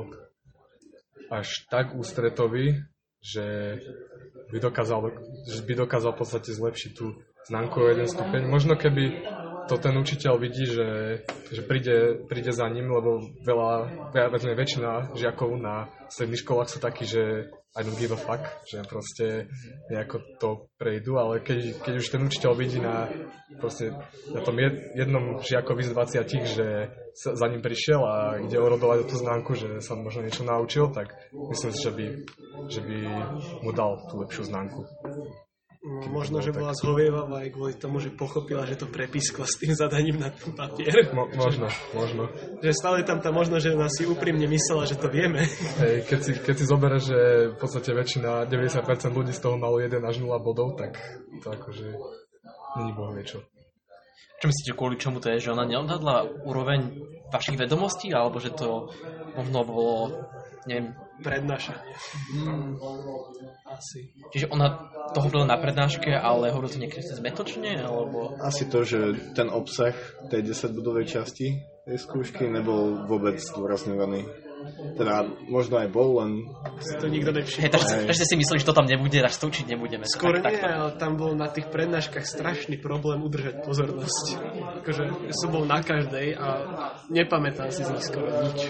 až tak ústretový, že by dokázal, že by dokázal v podstate zlepšiť tú známku o jeden stupeň. Možno keby to ten učiteľ vidí, že, že príde, príde za ním, lebo veľa, veľa, väčšina žiakov na stredných školách sú takí, že I don't give a fuck, že proste nejako to prejdú, ale keď, keď už ten učiteľ vidí na, proste, na tom jednom žiakovi z dvadsiatich, že sa za ním prišiel a ide orodovať o tú známku, že sa možno niečo naučil, tak myslím si, že by, že by mu dal tú lepšiu známku. No, možno, že bola zhovievavá aj kvôli tomu, že pochopila, že to prepískla s tým zadaním na ten papier. Mo- možno, možno. Že stále tam tá možno, že ona si úprimne myslela, že to vieme. Hej, keď si, keď si zoberieš, že v podstate väčšina, deväťdesiat percent ľudí z toho malo jeden až nula bodov, tak to akože není boh vie čo. Čo myslíte, kvôli čomu to je, že ona neodhadla úroveň vašich vedomostí, alebo že to možno bolo, neviem... Prednášanie. Hmm. Asi. Čiže ona to hovorila na prednáške, ale hovorila to niekedy zmetočne, alebo... Asi to, že ten obsah tej desaťbodovej časti tej skúšky nebol vôbec zdôrazňovaný. Teda možno aj bol, len... To nikto nevšimol. Hej, takže, takže si myslíš, že to tam nebude, až to učiť nebudeme. Skôr tak, nie, tak, ale tam bol na tých prednáškach strašný problém udržať pozornosť. Akože som bol na každej a nepamätám si z nich skoro nič.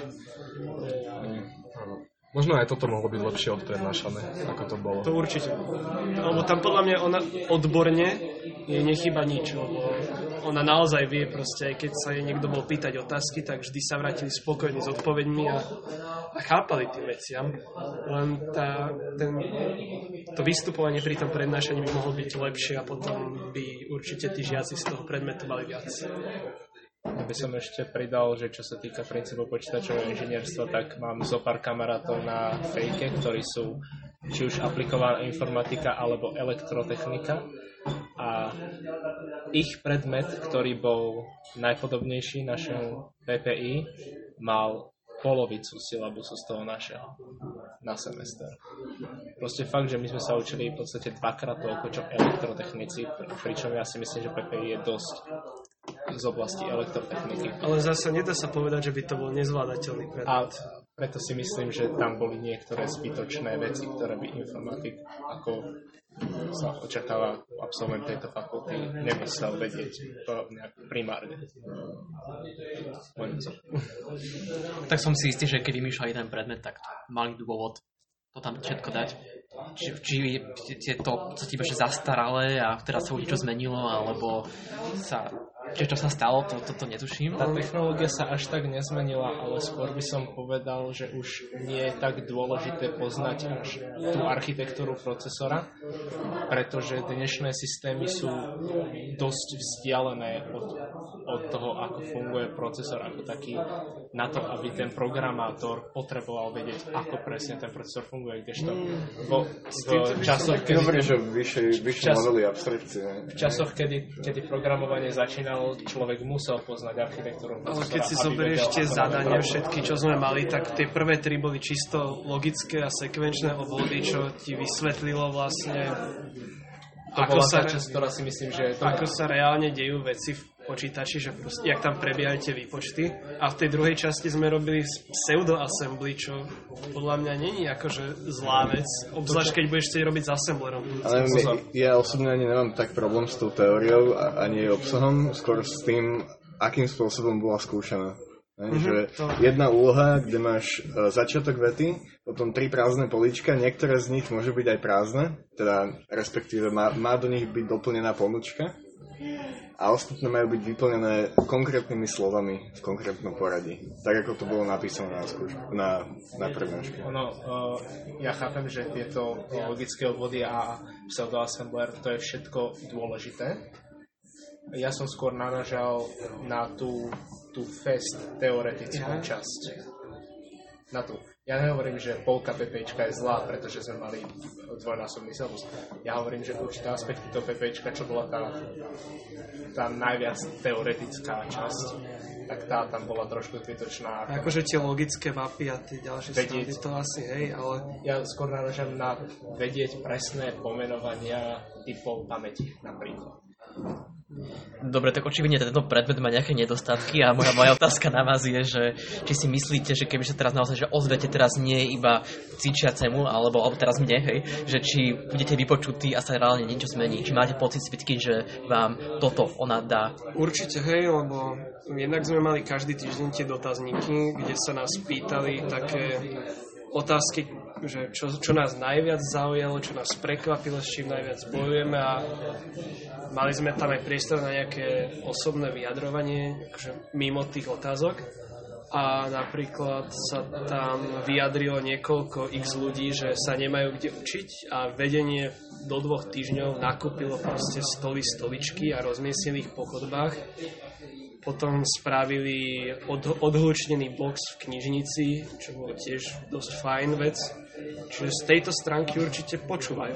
Možno aj toto mohlo byť lepšie odprednášané, ako to bolo. To určite. Lebo tam podľa mňa ona odborne jej nechýba nič. Lebo ona naozaj vie proste, aj keď sa jej niekto bol pýtať otázky, tak vždy sa vrátili spokojne s odpoveďmi a, a chápali tým veciam. Len tá, ten, to vystupovanie pri tom prednášaní by mohlo byť lepšie a potom by určite tí žiaci z toho predmetu mali viac. Ja by som ešte pridal, že čo sa týka princípov počítačového inžinierstva, tak mám zo pár kamarátov na fejke, ktorí sú či už aplikovaná informatika alebo elektrotechnika a ich predmet, ktorý bol najpodobnejší našemu pé pé í, mal polovicu syllabusu z toho našeho na semester. Proste fakt, že my sme sa učili v podstate dvakrát toľko, čo elektrotechnici, pričom ja si myslím, že pé pé í je dosť z oblasti elektrotechniky. Ale zase nedá sa povedať, že by to bol nezvládateľný predmet. A preto si myslím, že tam boli niektoré zbytočné veci, ktoré by informatik, ako sa očakáva absolvent tejto fakulty, nemusel vedieť nejak primárne. Tak som si istý, že keď vymýšľali ten predmet, tak mali dôvod to tam všetko dať. Či, či je to, co ti že zastaralé a teraz sa už niečo zmenilo, alebo sa, či čo sa stalo, to, to, to netuším. Tá technológia sa až tak nezmenila, ale skôr by som povedal, že už nie je tak dôležité poznať až tú architektúru procesora, pretože dnešné systémy sú dosť vzdialené od, od toho, ako funguje procesor ako taký, na to, aby ten programátor potreboval vedieť, ako presne ten procesor funguje, kdežto vo v časoch, kedy... Dobre, že vyššie, vyššie čas, modely abstrakcie. V časoch, kedy, kedy programovanie začínalo, človek musel poznať architektúru procesora. Ale keď si zoberieš tie zadania všetky, čo sme mali, tak tie prvé tri boli čisto logické a sekvenčné obvody, čo ti vysvetlilo vlastne, to ako sa, časť, ktorá si myslím, že to... ako sa reálne dejú veci v počítači, že proste, jak tam prebiehajú tie výpočty. A v tej druhej časti sme robili pseudo-assembly, čo podľa mňa není akože zlá vec, obzvlášť keď budeš chcieť robiť s assemblerom. Ale my, ja osobne ani nemám tak problém s tou teóriou a ani jej obsahom, skôr s tým, akým spôsobom bola skúšaná. Mm-hmm, že to... jedna úloha, kde máš uh, začiatok vety, potom tri prázdne políčka, niektoré z nich môže byť aj prázdne, teda respektíve má, má do nich byť doplnená ponučka a ostatné majú byť vyplnené konkrétnymi slovami v konkrétnom poradí, tak ako to bolo napísané na skúšku, na, na prednáške. Ono, uh, ja chápem, že tieto logické obvody a pseudoassembler, to je všetko dôležité. Ja som skôr naražal na tú, tú fest teoretickú ja. časť. Na tú. Ja nehovorím, že polka PPčka je zlá, pretože sme mali dvojnásobný syllabus. Ja hovorím, že určité aspekty toho PPčka, čo bola tá, tá najviac teoretická časť, tak tá tam bola trošku zbytočná. Ako... Akože tie logické mapy a tie ďalšie stavy, to asi, hej, ale... Ja skôr naražam na vedieť presné pomenovania typov pamäti, napríklad. Dobre, tak očividne tento predmet má nejaké nedostatky a moja, moja otázka na vás je, že či si myslíte, že keby sa teraz naozaj, že ozvete teraz nie iba cvičiacemu, alebo, alebo teraz mne, hej, že či budete vypočutí a sa reálne niečo zmení, či máte pocit spätky, že vám toto ona dá? Určite, hej, lebo jednak sme mali každý týždeň tie dotazníky, kde sa nás pýtali také otázky, že čo, čo nás najviac zaujalo, čo nás prekvapilo, s čím najviac bojujeme a mali sme tam aj priestor na nejaké osobné vyjadrovanie, akože mimo tých otázok. A napríklad sa tam vyjadrilo niekoľko x ľudí, že sa nemajú kde učiť a vedenie do dvoch týždňov nakúpilo proste stoly, stoličky a rozmiestnili ich po chodbách. Potom spravili od, odhlučnený box v knižnici, čo bolo tiež dosť fajn vec. Čiže z tejto stránky určite počúvajú.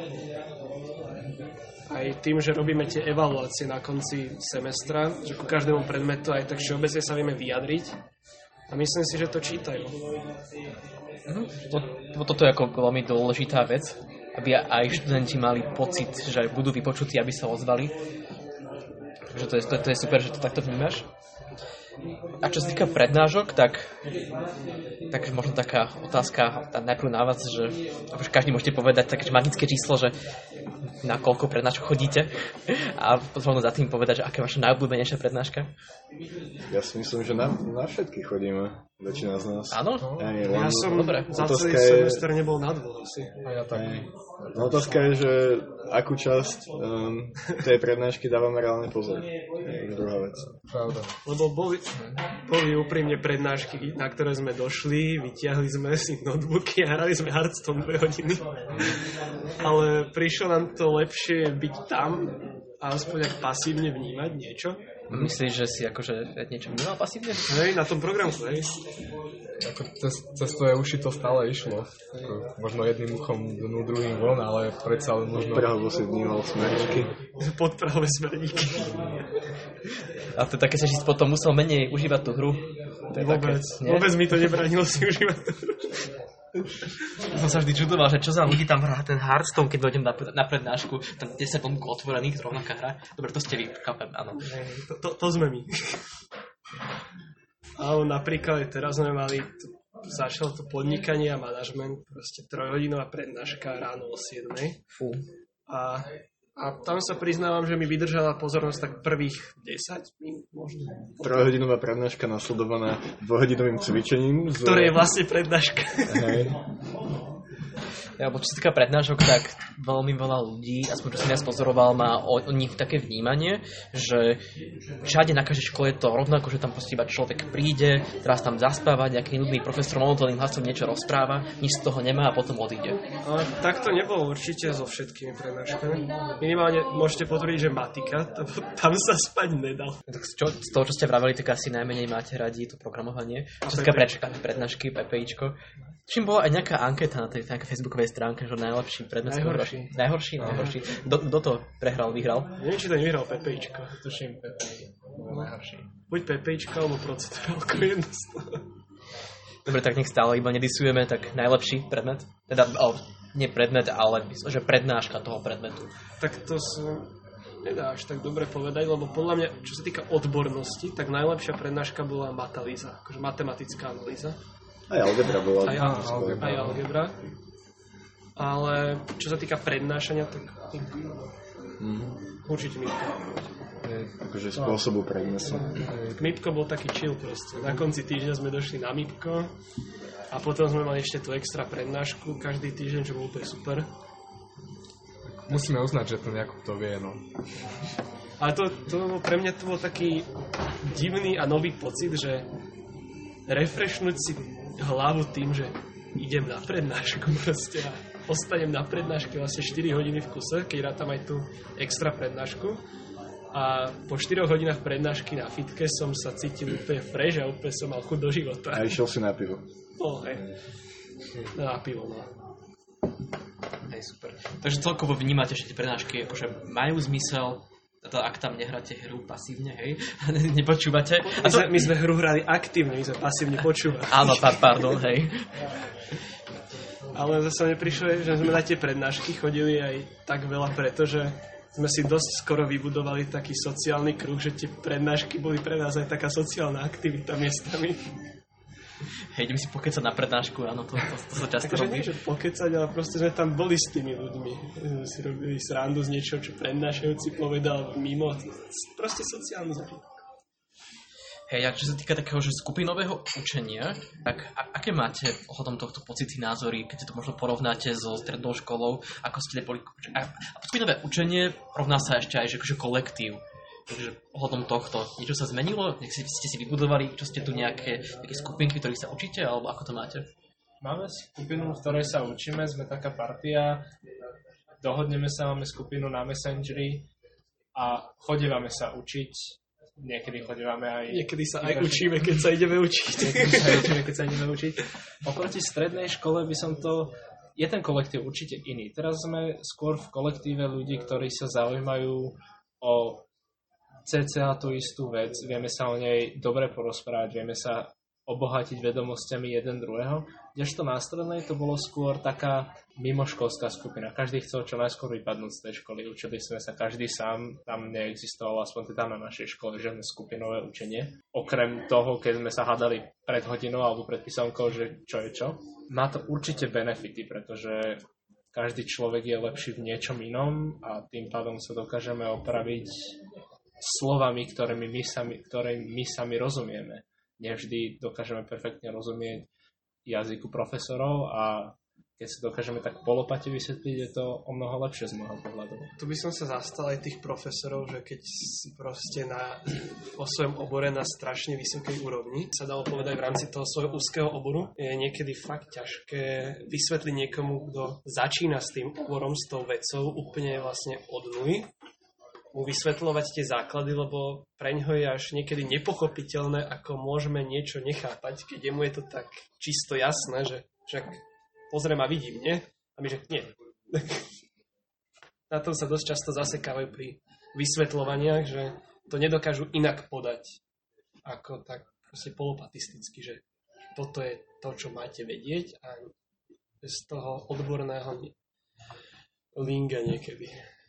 Aj tým, že robíme tie evaluácie na konci semestra, že ku každému predmetu aj tak všeobecne sa vieme vyjadriť. A myslím si, že to čítajú. Mhm. To, toto je ako veľmi dôležitá vec, aby aj študenti mali pocit, že budú vypočutí, aby sa ozvali. Takže to je, to, to je super, že to takto vnímaš. A čo sa týka prednášok, tak, tak možno taká otázka najprv na vás, že každý môžete povedať také magické číslo, že na koľko prednášok chodíte a potom za tým povedať, že aká je vaša najobľúbenejšia prednáška. Ja si myslím, že na, na všetky chodíme, väčšina z nás. Áno? Ja, nie, ja som dobre. Za celý semester nebol na dvoch asi. A ja tak. No otázka je, že akú časť um, tej prednášky dávame reálne pozor. Je druhá vec. Pravda. Lebo boli, boli úprimne prednášky, na ktoré sme došli, vytiahli sme si notebooky a hrali sme Hearthstone dve hodiny. Ale prišlo nám to lepšie byť tam a aspoň ak pasívne vnímať niečo. Myslíš, že si akože niečo vnímal pasívne? Hej, na tom programu, hej. Ako cez, cez tvoje uši to stále išlo. Ako, možno jedným uchom dnu, druhým von, ale predsa len možno... Prahovo si vnímal smerníky. Podprahové smerníky. A to také, že si potom musel menej užívať tú hru. To je vôbec, také, vôbec mi to nebránilo si užívať tú hru. Som sa vždy čudoval, že čo za ľudí tam hrá ten Hearthstone, keď dojdem na, na prednášku, tam desať domkov otvorených, rovnaká hra. Dobre, to ste vy, chápem, áno. To, to, to sme my. Ale napríklad teraz sme mali začalo to podnikanie a manažment, proste trojhodinová prednáška ráno o siedmej. Fú. A, a tam sa priznávam, že mi vydržala pozornosť tak prvých desať minút možno. Trojhodinová prednáška nasledovaná dvojhodinovým cvičením. Z... Ktoré je vlastne prednáška. Hej. Lebo čo sa týka prednášok, tak veľmi veľa ľudí, aspoň čo som ja spozoroval, má o, o nich také vnímanie, že všade na každej škole je to rovnako, že tam proste iba človek príde, teraz tam zaspáva, nejaký nudný profesor monotónnym hlasom niečo rozpráva, nič z toho nemá a potom odíde. Ale tak to nebolo určite so všetkými prednáškami. Minimálne môžete potvrdiť, že matika, to, tam sa spať nedal. Tak čo, z toho, čo ste vraveli, tak asi najmenej máte radi to programovanie. Čo sa týka prednášky, PPIčko. Čím bola aj nejaká anketa na tej nejakej facebookovej stránke, že najlepší predmet. Najhorší. Najhorší, najhorší. Kto to prehral, vyhral? Neviem, či to nevyhral PPIčko. Tuším, Pepe bol najhorší. Buď PPIčko, alebo procedurálko, jedno z toho. Dobre, tak nech stále iba nedisujeme, tak najlepší predmet? Teda, oh, nie predmet, ale že prednáška toho predmetu. Tak to sa nedá až tak dobre povedať, lebo podľa mňa, čo sa týka odbornosti, tak najlepšia prednáška bola matalýza, akože matematická analýza. Aj algebra bola. Aj, algebra. Aj algebra. Ale čo sa týka prednášania, tak mm-hmm. určite Mipko. Akože spôsobu prednesu. Mipko bol taký chill proste. Na konci týždňa sme došli na Mipko a potom sme mali ešte tú extra prednášku každý týždeň, čo bolo úplne super. Musíme uznať, že to Jakub to vie, no. Ale to, to pre mňa to bol taký divný a nový pocit, že refreshnúť si hlavu tým, že idem na prednášku proste a ostanem na prednáške vlastne štyri hodiny v kuse, keď rátam aj tú extra prednášku. A po štyroch hodinách prednášky na fitke som sa cítil úplne fresh a úplne som mal chuť do života. A išiel si na pivo. No, hej. Na pivo, no. Hej, super. Takže celkovo vnímate, že tie prednášky akože majú zmysel, teda ak tam nehráte hru pasívne, hej, nepočúvate. My, to... sme, my sme hru hrali aktívne, my sme pasívne počúvali. Áno, pardon, hej. Ale zase mi prišlo, že sme na tie prednášky chodili aj tak veľa, pretože sme si dosť skoro vybudovali taký sociálny kruh, že tie prednášky boli pre nás aj taká sociálna aktivita miestami. Hej, idem si pokecať na prednášku, áno, to, to, to sa často takže robí. Takže nie, že pokecať, ale proste sme tam boli s tými ľuďmi. Sme si robili srandu z niečo, čo prednášajúci povedal mimo. Proste sociálny zážitok. Hej, a čo sa týka takého, že skupinového učenia, tak a, aké máte ohľadom tohto pocity, názory, keď si to možno porovnáte so strednou školou, ako ste boli... A, a skupinové učenie rovná sa ešte aj, že akože kolektív. Takže ohľadom tohto, niečo sa zmenilo? Nech si, ste si vybudovali, čo ste tu nejaké, nejaké skupinky, v ktorých sa učíte, alebo ako to máte? Máme skupinu, v ktorej sa učíme, sme taká partia, dohodneme sa, máme skupinu na Messengeri a chodívame sa učiť. Niekedy chodívame aj... Niekedy sa aj učíme, keď sa ideme učiť. Niekedy sa aj učíme, keď sa ideme učiť. Oproti strednej škole by som to... Je ten kolektív určite iný. Teraz sme skôr v kolektíve ľudí, ktorí sa zaujímajú o cca tú istú vec. Vieme sa o nej dobre porozprávať, vieme sa obohatiť vedomosťami jeden druhého. Kdežto na strednej to bolo skôr taká mimoškolská skupina. Každý chcel čo najskôr vypadnúť z tej školy. Učili sme sa každý sám. Tam neexistovalo, aspoň teda na našej škole, žiadne skupinové učenie. Okrem toho, keď sme sa hádali pred hodinou alebo pred písomkou, že čo je čo. Má to určite benefity, pretože každý človek je lepší v niečom inom a tým pádom sa dokážeme opraviť slovami, ktorými my sami, ktoré my sami rozumieme. Nevždy dokážeme perfektne rozumieť jazyku profesorov a keď si dokážeme tak polopate vysvetliť, je to o mnoho lepšie z môjho pohľadu. Tu by som sa zastal aj tých profesorov, že keď proste na, o svojom obore na strašne vysokej úrovni, sa dalo povedať v rámci toho svojho úzkeho oboru, je niekedy fakt ťažké vysvetliť niekomu, kto začína s tým oborom, s tou vecou úplne vlastne od nuly, mu vysvetľovať tie základy, lebo preňho je až niekedy nepochopiteľné, ako môžeme niečo nechápať, keď jemu je to tak čisto jasné, že však pozriem a vidím, nie? A my, že nie. Na tom sa dosť často zasekávajú pri vysvetľovaniach, že to nedokážu inak podať, ako tak proste polopatisticky, že toto je to, čo máte vedieť a z toho odborného linga niekedy.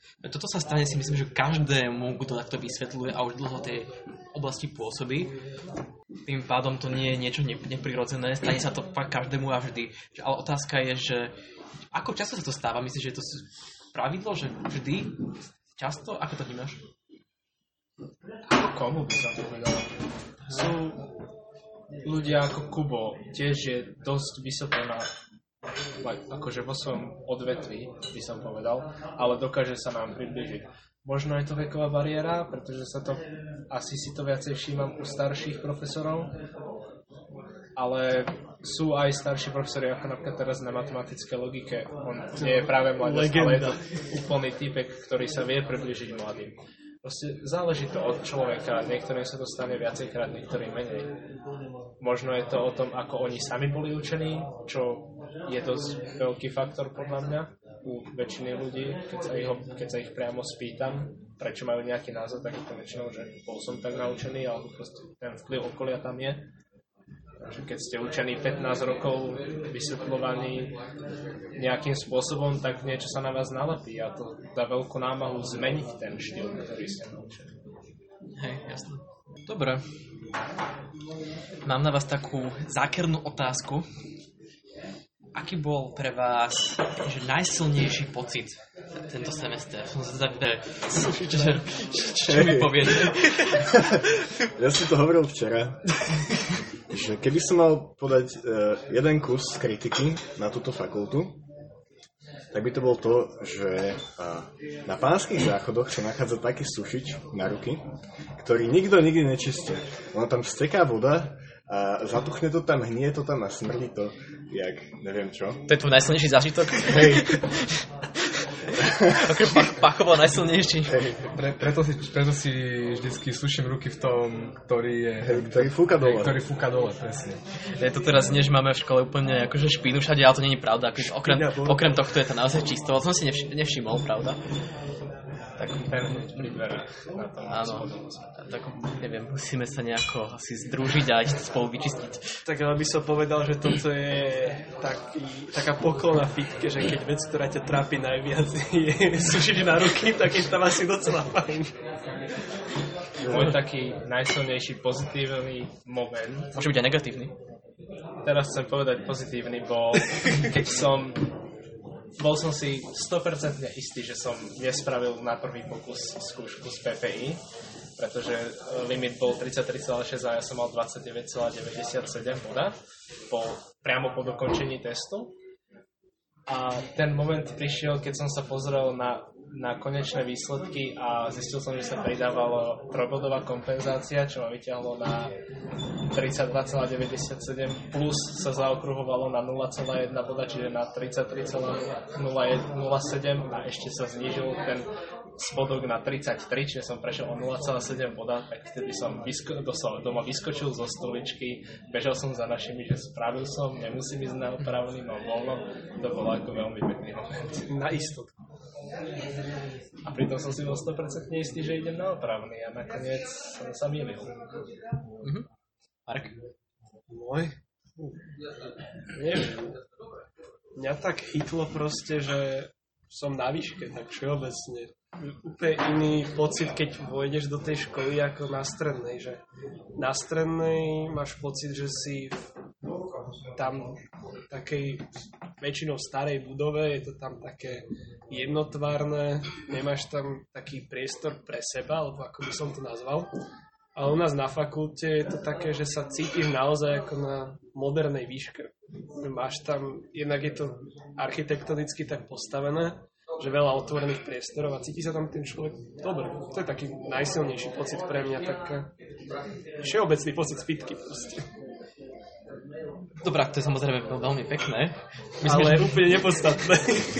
Toto sa stane si myslím, že každému, kto takto vysvetľuje a už dlho tej oblasti pôsobí. Tým pádom to nie je niečo neprirodzené, stane sa to fakt každému a vždy. Ale otázka je, že ako často sa to stáva? Myslíš, že je to pravidlo, že vždy? Často? Ako to vnímaš? Ako komu by som povedal? Sú ľudia ako Kubo, tiež je dosť vysoko na akože vo svojom odvetví, by som povedal, ale dokáže sa nám približiť. Možno je to veková bariéra, pretože sa to, asi si to viacej všímam u starších profesorov, ale sú aj starší profesori, ako napríklad teraz na matematickej logike. On nie je práve mladý, ale je to úplný typek, ktorý sa vie približiť mladým. Proste záleží to od človeka, niektorým sa to stane viacejkrát, niektorým menej. Možno je to o tom, ako oni sami boli učení, čo je dosť veľký faktor podľa mňa u väčšiny ľudí, keď sa ich, keď sa ich priamo spýtam, prečo majú nejaký názor, tak je to väčšinou, že bol som tak naučený, alebo proste ten vplyv okolia tam je. Takže keď ste učení pätnásť rokov vysvetľovaní nejakým spôsobom, tak niečo sa na vás nalepí a to dá veľkú námahu zmeniť ten štýl, ktorý ste naučení. Hej, jasné. Dobre. Mám na vás takú zákernú otázku. Aký bol pre vás že najsilnejší pocit tento semester? Som sa zvedavý, čo, čo mi poviete? Ja si to hovoril včera, že keby som mal podať uh, jeden kus kritiky na túto fakultu, tak by to bol to, že uh, na Pánskych záchodoch sa nachádza taký sušič na ruky, ktorý nikto nikdy nečistí. Ono tam steká voda a zatuchne to tam, hnie to tam a smrdí to, jak neviem čo. To je tvoj najsilnejší zážitok? Hej. Ako pachovo najsilnejší. Hey, pre, preto, si, preto si vždycky suším ruky v tom, ktorý je... Hey, ktorý fúka dole. Hey, ktorý fúka dole, presne. Je to teraz nie, že máme v škole úplne akože špínu všade, ale to nie je pravda. Akože okrem, okrem tohto je to naozaj čisto. To som si nevš- nevšimol, pravda? Tak ten príber na tom. Áno, tak neviem, musíme sa nejako asi združiť a ísť spolu vyčistiť. Tak ale by som povedal, že toto je taký, taká poklona fitke, že keď vec, ktorá ťa trápi najviac, je sušiť na ruky, tak je tam asi docela fajn. Môj taký najsilnejší pozitívny moment. Môže byť aj negatívny. Teraz chcem povedať pozitívny bol, keď som Bol som si sto percent istý, že som nespravil na prvý pokus skúšku z pé pé í, pretože limit bol tridsaťtri celá šesť a ja som mal dvadsaťdeväť celá deväťdesiatsedem boda po, priamo po dokončení testu. A ten moment prišiel, keď som sa pozrel na, na konečné výsledky a zistil som, že sa pridávalo trojbodová kompenzácia, čo ma vyťahlo na tridsaťdva celá deväťdesiatsedem plus sa zaokruhovalo na nula celá jeden boda, čiže na tridsaťtri celá nula sedem a ešte sa znížil ten spodok na tridsaťtri, čiže som prešiel o nula celá sedem boda, tak vtedy som vysko- doma vyskočil zo stoličky, bežal som za našimi, že spravil som, nemusím ísť na opravný, mám voľno. To bolo ako veľmi pekný moment. Na istotu. A pritom som si bol sto percent istý, že idem na opravný a nakoniec som sa mýlil. Mhm. Marek? Môj? Neviem. Mňa tak chytlo proste, že som na výške, tak všeobecne. Úplne iný pocit, keď vojdeš do tej školy ako na strednej, že na strednej máš pocit, že si tam v takej väčšinou starej budove, je to tam také jednotvárne, nemáš tam taký priestor pre seba, alebo ako by som to nazval. A u nás na fakulte je to také, že sa cítiš naozaj ako na modernej výške. Máš tam, jednak je to architektonicky tak postavené, že veľa otvorených priestorov a cíti sa tam ten človek dobre. To je taký najsilnejší pocit pre mňa, tak všeobecný pocit z pitky proste. Dobrá, to je samozrejme veľmi pekné. Myslím, ale že... úplne nepodstatné.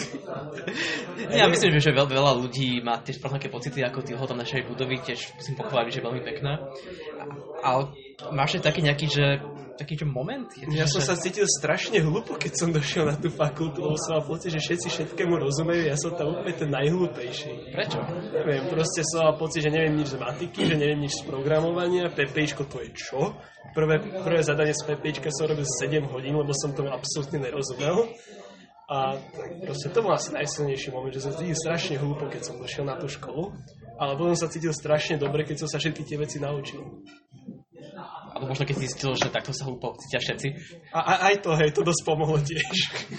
Ja myslím, že veľ, veľa ľudí má tiež rovnaké pocity ako tí hodom našej budovy, tiež musím pochváliť, že je veľmi pekná. Ale máš aj taký nejaký, že taký čo moment? Je to, ja že... som sa cítil strašne hlúpo, keď som došiel na tú fakultu, lebo som mal pocit, že všetci všetkému rozumejú, ja som tam úplne ten najhlúpejší. Prečo? Neviem, proste som mal pocit, že neviem nič z matiky, že neviem nič z programovania, PPIčko to je čo? Prvé, prvé zadanie z PPIčka som robil sedem hodín, lebo som tomu absolútne nerozumel. A tak proste to bol asi najsilnejší moment, že som cítil strašne hlúpo, keď som došiel na tú školu, ale potom sa cítil strašne dobre, keď som sa všetky tie veci naučil. Alebo možno keď si zistil, že takto sa hlúpo cítia všetci. A, a aj to, hej, to dosť pomohlo tiež.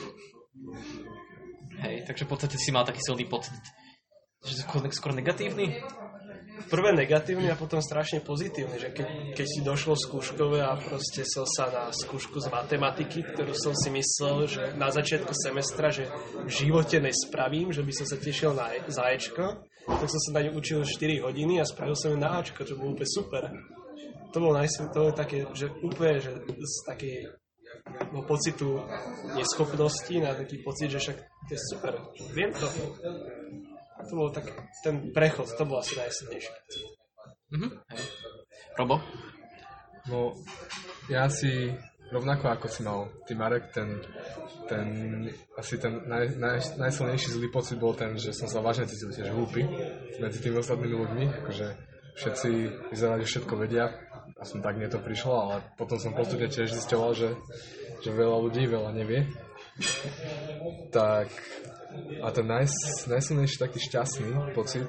Hej, takže v podstate si mal taký silný pocit, že skôr, skôr negatívny? Prvé negatívne a potom strašne pozitívne, že keď, keď si došlo skúškové a proste som sa na skúšku z matematiky, ktorú som si myslel, že na začiatku semestra, že v živote nespravím, že by som sa tešil na záječko, tak som sa na ňu učil štyri hodiny a spravil som ju na áčko, čo bolo úplne super. To bolo najsv... to je také, že úplne, že z takej no, pocitu neschopnosti na taký pocit, že však to je super, viem to. A to bol tak, ten prechod, to bol asi najsilnejší. Mhm. Robo? No, ja si rovnako ako si mal ty, Marek, ten, ten asi ten naj, naj, najsilnejší zlý pocit bol ten, že som sa vážne cítil tiež hlúpy medzi tými ostatnými ľuďmi, akože všetci vyzerali, že všetko vedia a som tak mne to prišlo, ale potom som postupne tiež zisťoval, že, že veľa ľudí veľa nevie. Tak a ten naj, najsilnejší taký šťastný pocit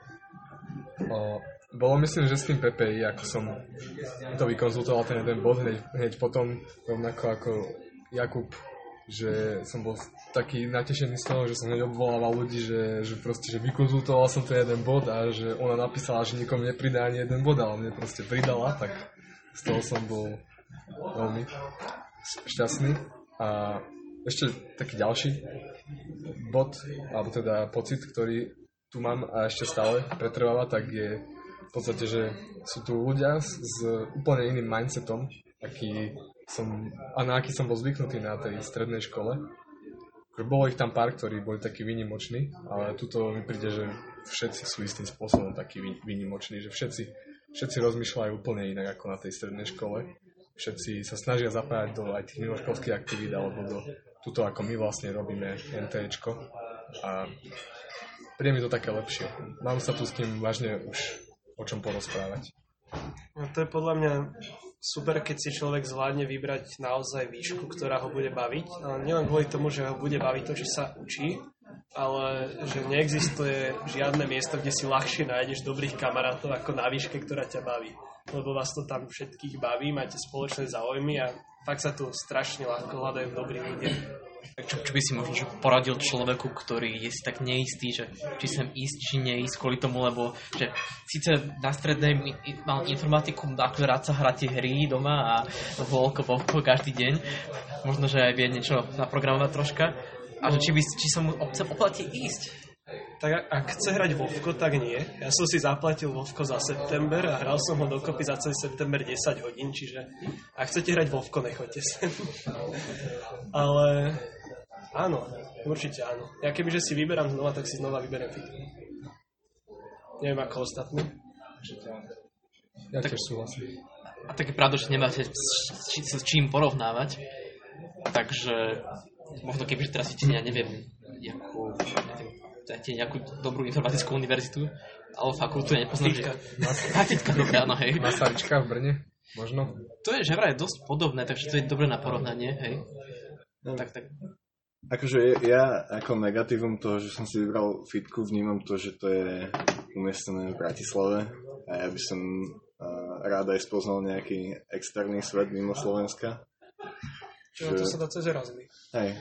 o, bolo myslím, že s tým pé pé í, ako som to vykonzultoval ten jeden bod hneď, hneď potom, rovnako ako Jakub, že som bol taký natešený z toho, že som hneď obvolával ľudí, že, že proste, že vykonzultoval som ten jeden bod a že ona napísala, že nikomu nepridá ani jeden bod, ale mne proste pridala, tak z toho som bol veľmi šťastný. A ešte taký ďalší bod, alebo teda pocit, ktorý tu mám a ešte stále pretrváva, tak je v podstate, že sú tu ľudia s, s úplne iným mindsetom, aký som, a na aký som bol zvyknutý na tej strednej škole. Bolo ich tam pár, ktorí boli takí výnimoční, ale tuto mi príde, že všetci sú istým spôsobom takí výnimoční, že všetci, všetci rozmýšľajú úplne inak ako na tej strednej škole. Všetci sa snažia zapájať do aj tých mimoškolských aktivít alebo do tuto, ako my vlastne robíme NTEčko. A príde mi to také lepšie. Mám sa tu s tým vážne už o čom porozprávať. No to je podľa mňa super, keď si človek zvládne vybrať naozaj výšku, ktorá ho bude baviť. Ale nielen kvôli tomu, že ho bude baviť to, či sa učí, ale že neexistuje žiadne miesto, kde si ľahšie nájdeš dobrých kamarátov ako na výške, ktorá ťa baví. Lebo vás to tam všetkých baví, máte spoločné záujmy a tak sa tu strašne ľahko hľadajú dobrí ľudia. Čo, čo by si možno že poradil človeku, ktorý je si tak neistý, že či sem ísť, či neísť kvôli tomu, lebo že síce na strednej mal informatiku, ako rád sa hrá tie hry doma a voľko, povko každý deň, možno, že aj vie niečo naprogramovať troška, a že či, by, či sa mu oplatí ísť. Tak ak chce hrať Vovko, tak nie. Ja som si zaplatil Vovko za september a hral som ho dokopy za celý september desať hodín, čiže ak chcete hrať Vovko, nechoďte sem. Ale áno, určite áno. Ja kebyže si vyberám znova, tak si znova vyberiem fitku. Neviem ako ostatní. Ja tiež súhlasím. A tak je pravda, že nemáte s čím porovnávať. Takže možno kebyže teraz si ja neviem, jakú, neviem, dáte nejakú dobrú informatickú univerzitu, ale fakultu ja nepoznám, že... Fitka, dobré, áno, hej. Masaryčka v Brne, možno. To je, že vraj dosť podobné, takže to je dobré na porovnanie, hej. No, tak, tak. Akože ja ako negatívum toho, že som si vybral fitku, vnímam to, že to je umiestnené v Bratislave a ja by som uh, rád aj spoznal nejaký externý svet mimo Slovenska. Čo to sa dá cez Erasmus. Hej.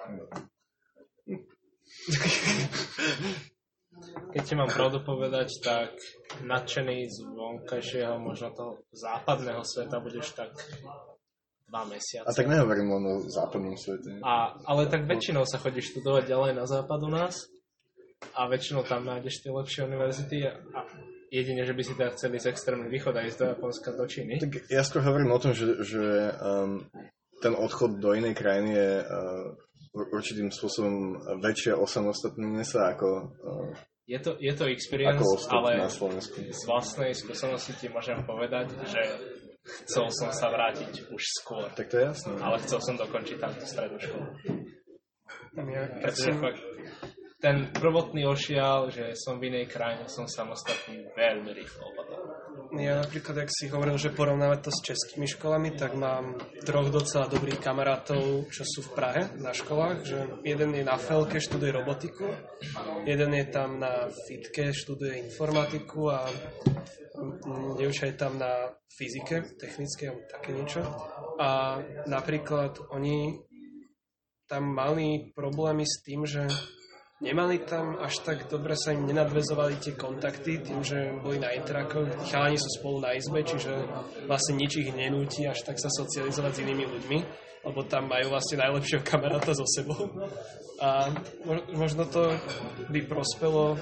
Keď ti mám pravdu povedať, tak nadšený z vonkajšieho, možno toho západného sveta budeš tak dva mesiace. A tak nehovorím len o západnom svete. A, ale tak väčšinou sa chodíš študovať ďalej na západ u nás a väčšinou tam nájdeš tie lepšie univerzity a jedine, že by si teda chceli z extrémny východ a ísť do Japonska, do Číny. Tak ja skôr hovorím o tom, že, že um, ten odchod do inej krajiny je uh, určitým spôsobom väčšie osamostatnenie sa ako... Uh, je, to, je to experience, ale na Slovensku. Z vlastnej skúsenosti ti môžem povedať, že chcel som sa vrátiť už skôr. Tak to je jasné. Ale chcel som dokončiť tamtú strednú školu. Ja, Pretože som... fakt, ten prvotný ošial, že som v inej krajine, som samostatný veľmi rýchlo opadol. ja napríklad, ak si hovoril, že porovnávať to s českými školami, tak mám troch docela dobrých kamarátov, čo sú v Prahe na školách, že jeden je na Felke, študuje robotiku, jeden je tam na Fitke, študuje informatiku a dievča je tam na fyzike, technické alebo také niečo. A napríklad oni tam mali problémy s tým, že nemali tam až tak dobre, sa im nenadväzovali tie kontakty tým, že boli na interakoch. Tí chalani sú spolu na izbe, čiže vlastne nič ich nenúti až tak sa socializovať s inými ľuďmi, lebo tam majú vlastne najlepšieho kamaráta so sebou. A možno to by prospelo,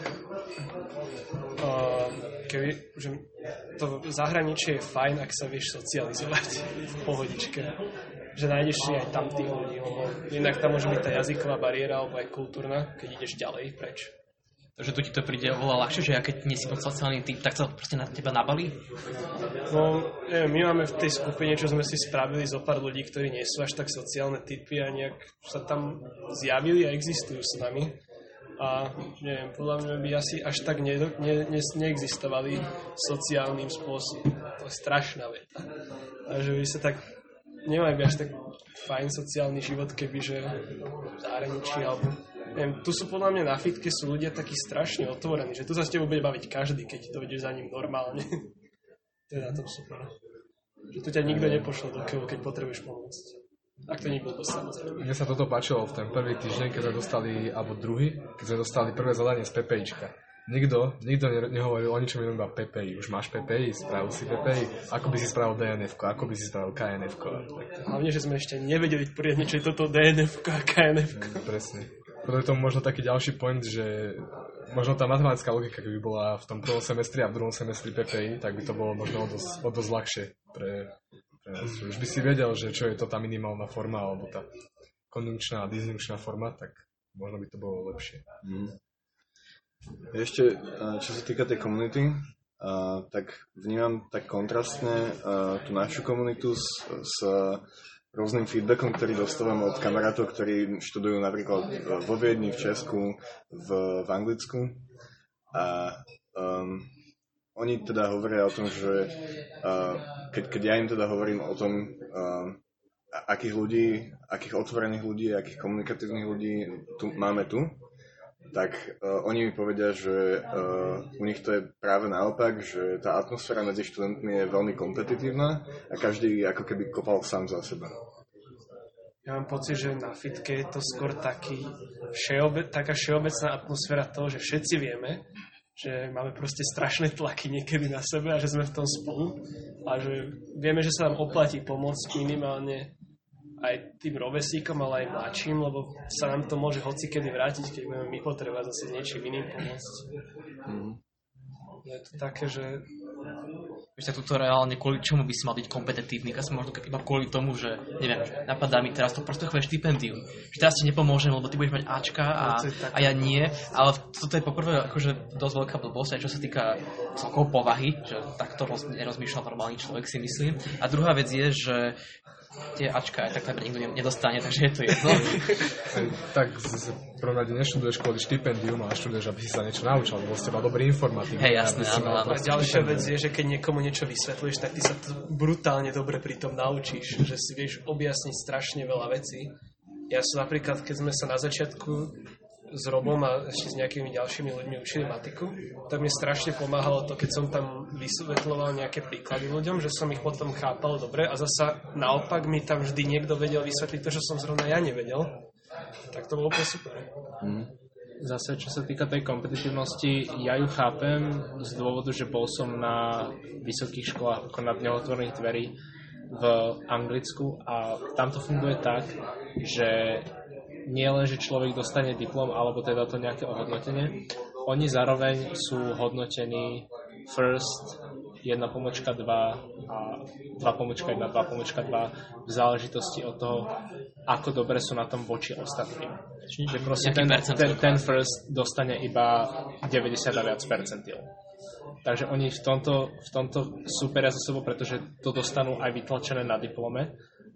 keby, že to zahraničie je fajn, ak sa vieš socializovať v pohodičke. Že nájdeš si aj tam tých ľudí, lebo inak tam môže byť tá jazyková bariéra alebo aj kultúrna, keď ideš ďalej preč. Takže tu ti to príde oveľa ľahšie, že ja keď nie si moc sociálny typ, tak sa proste na teba nabalí? No, neviem, my máme v tej skupine, čo sme si spravili, zo pár ľudí, ktorí nie sú až tak sociálne typy a nejak sa tam zjavili a existujú s nami. A neviem, podľa mňa by asi až tak ne, ne, ne, neexistovali sociálnym spôsobom. To je strašná veta. A že by sa tak nemajú by až tak fajn sociálny život, kebyže v zahraničí alebo... Neviem, tu sú podľa mňa na Fitke sú ľudia takí strašne otvorení, že tu sa s tebou bude baviť každý, keď dojdeš za ním normálne. To je na tom super. Že tu ťa nikto nepošle do keľu, keď potrebuješ pomôcť. Ak to nikto dostane. Mne sa toto páčilo v ten prvý týždeň, keď sme dostali, alebo druhý, keď sme dostali prvé zadanie z PPIčka. Nikto, nikto nehovoril o ničom inom iba pé pé í. Už máš pé pé í, spravil si pé pé í, ako by si spravil dé en efko, ako by si spravil ká en efko. Hlavne, že sme ešte nevedeli poriadne, čo je toto dé en efko a ká en efko. Mm, presne. Potom je to možno taký ďalší point, že možno tá matematická logika, keby bola v tom prvom semestri a v druhom semestri pé pé í, tak by to bolo možno o dosť, o dosť ľahšie pre, pre nás. Už by si vedel, že čo je to tá minimálna forma alebo tá konjunkčná a disjunkčná forma, tak možno by to bolo lepšie. Mm. Ešte, čo sa týka tej komunity, uh, tak vnímam tak kontrastne uh, tú našu komunitu s, s rôznym feedbackom, ktorý dostávam od kamarátov, ktorí študujú napríklad vo Viedni, v Česku, v, v Anglicku. A um, oni teda hovoria o tom, že uh, keď, keď ja im teda hovorím o tom, uh, akých ľudí, akých otvorených ľudí, akých komunikatívnych ľudí tu, máme tu, tak uh, oni mi povedia, že uh, u nich to je práve naopak, že tá atmosféra medzi študentmi je veľmi kompetitívna a každý ako keby kopal sám za seba. Ja mám pocit, že na Fitke je to skôr taký všeobe, taká všeobecná atmosféra toho, že všetci vieme, že máme proste strašné tlaky niekedy na sebe a že sme v tom spolu a že vieme, že sa nám oplatí pomôcť minimálne aj tým rovesíkom, ale aj mladším, lebo sa nám to môže hocikedy vrátiť, keď budeme my potrebovať zase niečím iným pomôcť. Mm. Je to také, že... Víš, tuto reálne kvôli čomu by si mal byť kompetitívny? Ja som možno iba kvôli tomu, že neviem, napadá mi teraz to proste chvíľ štipendium. Že teraz ti nepomôžem, lebo ty budeš mať Ačka a, a ja nie. Ale toto je poprvé akože dosť veľká blbosť, aj čo sa týka celkovo povahy, že takto roz, nerozmýšľa normálny človek, si myslím. A druhá vec je, že tie Ačka aj tak takmer nikto nedostane, takže je to jedno. Tak v prvom rade neštuduješ kvôli štipendium, ale študuješ, aby si sa niečo naučil, lebo z teba dobrý informatív. Hej, jasné, áno, áno. A ďalšia vec je, že keď niekomu niečo vysvetľuješ, tak ty sa to brutálne dobre pri tom naučíš, že si vieš objasniť strašne veľa vecí. Ja som napríklad, keď sme sa na začiatku s Robom a ešte s nejakými ďalšími ľuďmi učili matiku, tak mi strašne pomáhalo to, keď som tam vysvetľoval nejaké príklady ľuďom, že som ich potom chápal dobre a zasa naopak mi tam vždy niekto vedel vysvetliť to, čo som zrovna ja nevedel. Tak to bolo úplne super. Mm. Zase, čo sa týka tej kompetitívnosti, ja ju chápem z dôvodu, že bol som na vysokých školách ako na dňoch otvorených dverí v Anglicku a tam to funguje tak, že nie len, že človek dostane diplom alebo teda to nejaké ohodnotenie, oni zároveň sú hodnotení first, jedna pomočka dva a dva pomočka jedna, dva pomočka dva v záležitosti od toho, ako dobre sú na tom voči ostatným. Čiže proste ten, ten, ten first dostane iba deväťdesiat a viac percentil. Takže oni v tomto, v tomto súperia so sebou, pretože to dostanú aj vytlačené na diplome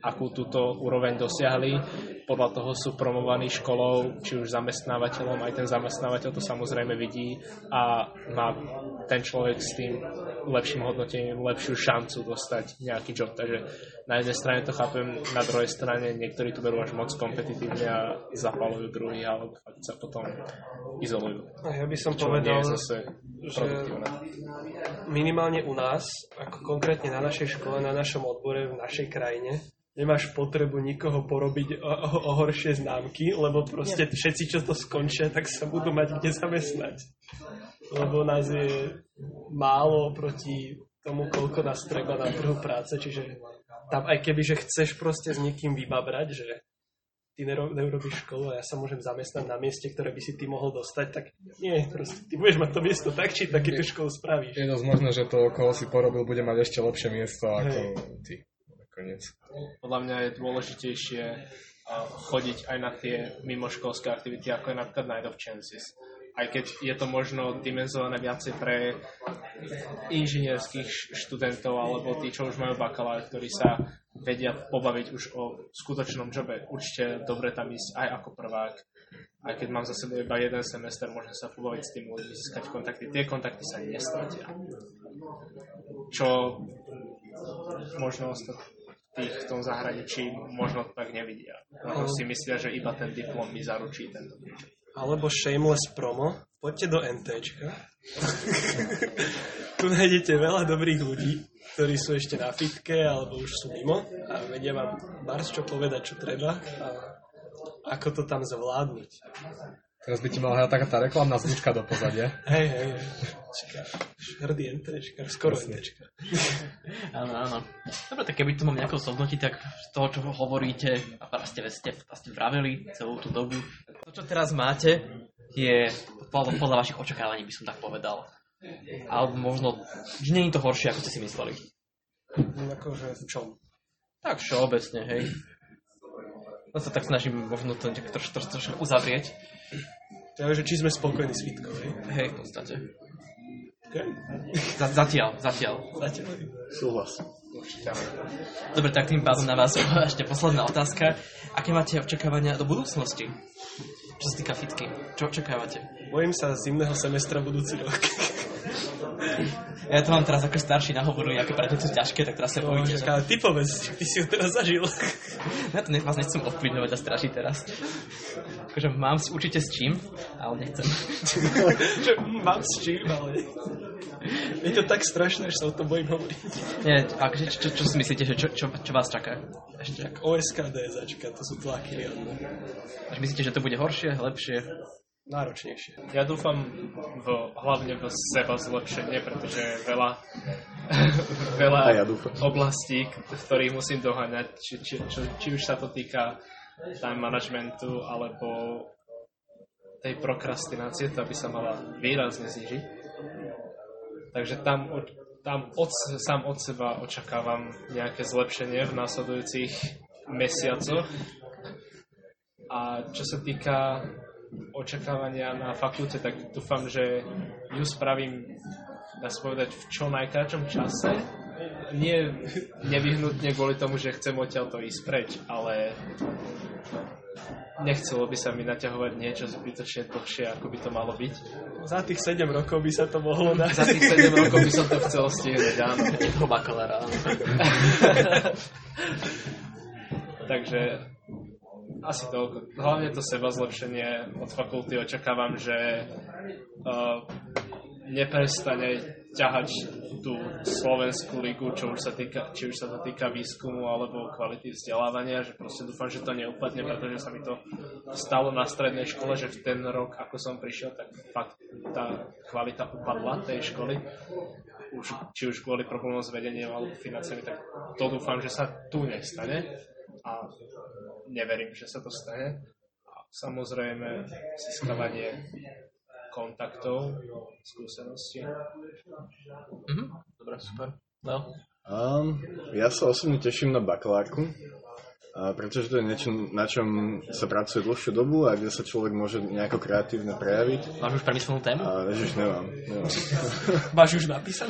akú túto úroveň dosiahli. Podľa toho sú promovaní školou, či už zamestnávateľom, aj ten zamestnávateľ to samozrejme vidí a má ten človek s tým lepším hodnotením lepšiu šancu dostať nejaký job. Takže na jednej strane to chápem, na druhej strane niektorí to berú až moc kompetitívne a zapalujú druhý, alebo fakt sa potom izolujú. A ja by som čo povedal, nie je zase produktívne. Minimálne u nás, ako konkrétne na našej škole, na našom odbore, v našej krajine, nemáš potrebu nikoho porobiť o, o, o horšie známky, lebo proste všetci, čo to skončia, tak sa budú mať kde zamestnať. Lebo nás je málo proti tomu, koľko nás treba na trhu práce, čiže tam aj keby, že chceš proste s niekým vybabrať, že ty neurobíš školu a ja sa môžem zamestnať na mieste, ktoré by si ty mohol dostať, tak nie, proste ty budeš mať to miesto tak, či tak, keď tú školu spravíš. Je dosť možné, že to, koho si porobil, bude mať ešte lepšie miesto ako ty. Nakoniec. Podľa mňa je dôležitejšie chodiť aj na tie mimoškolské aktivity, ako je napríklad Night of Chances. Aj keď je to možno dimenzované viacej pre inžinierských študentov alebo tí, čo už majú bakalár, ktorí sa vedia pobaviť už o skutočnom jobe. Určite dobre tam ísť aj ako prvák. Aj keď mám za sebou iba jeden semester, môžem sa pobaviť s tým ľuďmi, získať kontakty. Tie kontakty sa nestratia. Čo možno ostatní tých v tom zahraničí možno tak nevidia. Možno si myslia, že iba ten diplom mi zaručí tento niečo. Alebo shameless promo. Poďte do NTčka. Tu nájdete veľa dobrých ľudí, ktorí sú ešte na fitke alebo už sú mimo a vedia vám bars čo povedať, čo treba a ako to tam zvládnuť. Teraz by ti mala hrať taká tá reklamná zvučka do pozadia. Hej, hej, hej. Hrdý NTčka, skoro NTčka. Áno, áno. Dobre, tak keby to mám nejako zhodnotiť, tak z toho, čo hovoríte, a ste, ste, ste vraveli celú tú dobu, to, čo teraz máte, je podľa, podľa vašich očakávaní, by som tak povedal. Alebo možno, že nie je to horšie, ako ste si mysleli. Akože v čom? Tak všeobecne, hej. No sa tak snažím možno to trošku troš, troš, troš uzavrieť. Takže či sme spokojní s fitkou, hej? Hej, v podstate. Okay. Z- zatiaľ, zatiaľ. Zatiaľ. Súhlas. Dobre, tak tým pádom na vás ešte posledná otázka. Aké máte očakávania do budúcnosti? Čo sa týka fitky? Čo očakávate? Bojím sa zimného semestra budúci rok. Ja to mám teraz ako starší nahovorujú, aké pre sú ťažké, tak teraz sa no, bojíte. Ale ty povedz, ty si ho teraz zažil. Ja to nech vás nechcem ovplyvňovať a strašiť teraz. Akože mám určite s čím, ale nechcem. Že mám s čím, ale je to tak strašné, že sa o tom bojím hovoriť. Nie, akože čo, čo, čo si myslíte, že čo, čo, čo vás čaká? Ešte tak ó es ká dé začka, to sú tlaky riadne. Až myslíte, že to bude horšie, lepšie? Náročnejšie. Ja dúfam v, hlavne v seba zlepšenie, pretože je veľa, veľa ja oblastí, v ktorých musím doháňať, či, či, či, či už sa to týka time managementu alebo tej prokrastinácie, tá by sa mala výrazne znižiť. Takže tam, tam od, sám od seba očakávam nejaké zlepšenie v následujúcich mesiacoch. A čo sa týka očakávania na fakulte, tak dúfam, že ju spravím, dá sa povedať, v čo najkratšom čase. Nie nevyhnutne kvôli tomu, že chcem odtiaľto ísť preč, ale nechcelo by sa mi naťahovať niečo zbytočne dlhšie, ako by to malo byť. Za tých sedem rokov by sa to mohlo dať. Za tých sedem rokov by som to chcel stihnúť, áno. Toho bakalára, áno. Takže asi toľko. Hlavne to seba zlepšenie od fakulty očakávam, že uh, neprestane ťahať tú slovenskú ligu, čo už sa týka, či už sa to týka výskumu alebo kvality vzdelávania, že proste dúfam, že to neúpadne, pretože sa mi to stalo na strednej škole, že v ten rok, ako som prišiel, tak fakt tá kvalita upadla tej školy. Už, či už kvôli problémom s vedením alebo financiami, tak to dúfam, že sa tu nestane. A neverím, že sa to stane. A samozrejme získavanie kontaktov, skúseností. Mhm, dobre, super. No. Um, ja sa osobne teším na bakalárku. A pretože to je niečo, na čom sa pracuje dlhšiu dobu a kde sa človek môže nejako kreatívne prejaviť. Máš už premyslenú tému? A ježiš, nemám. nemám. Máš už napísané?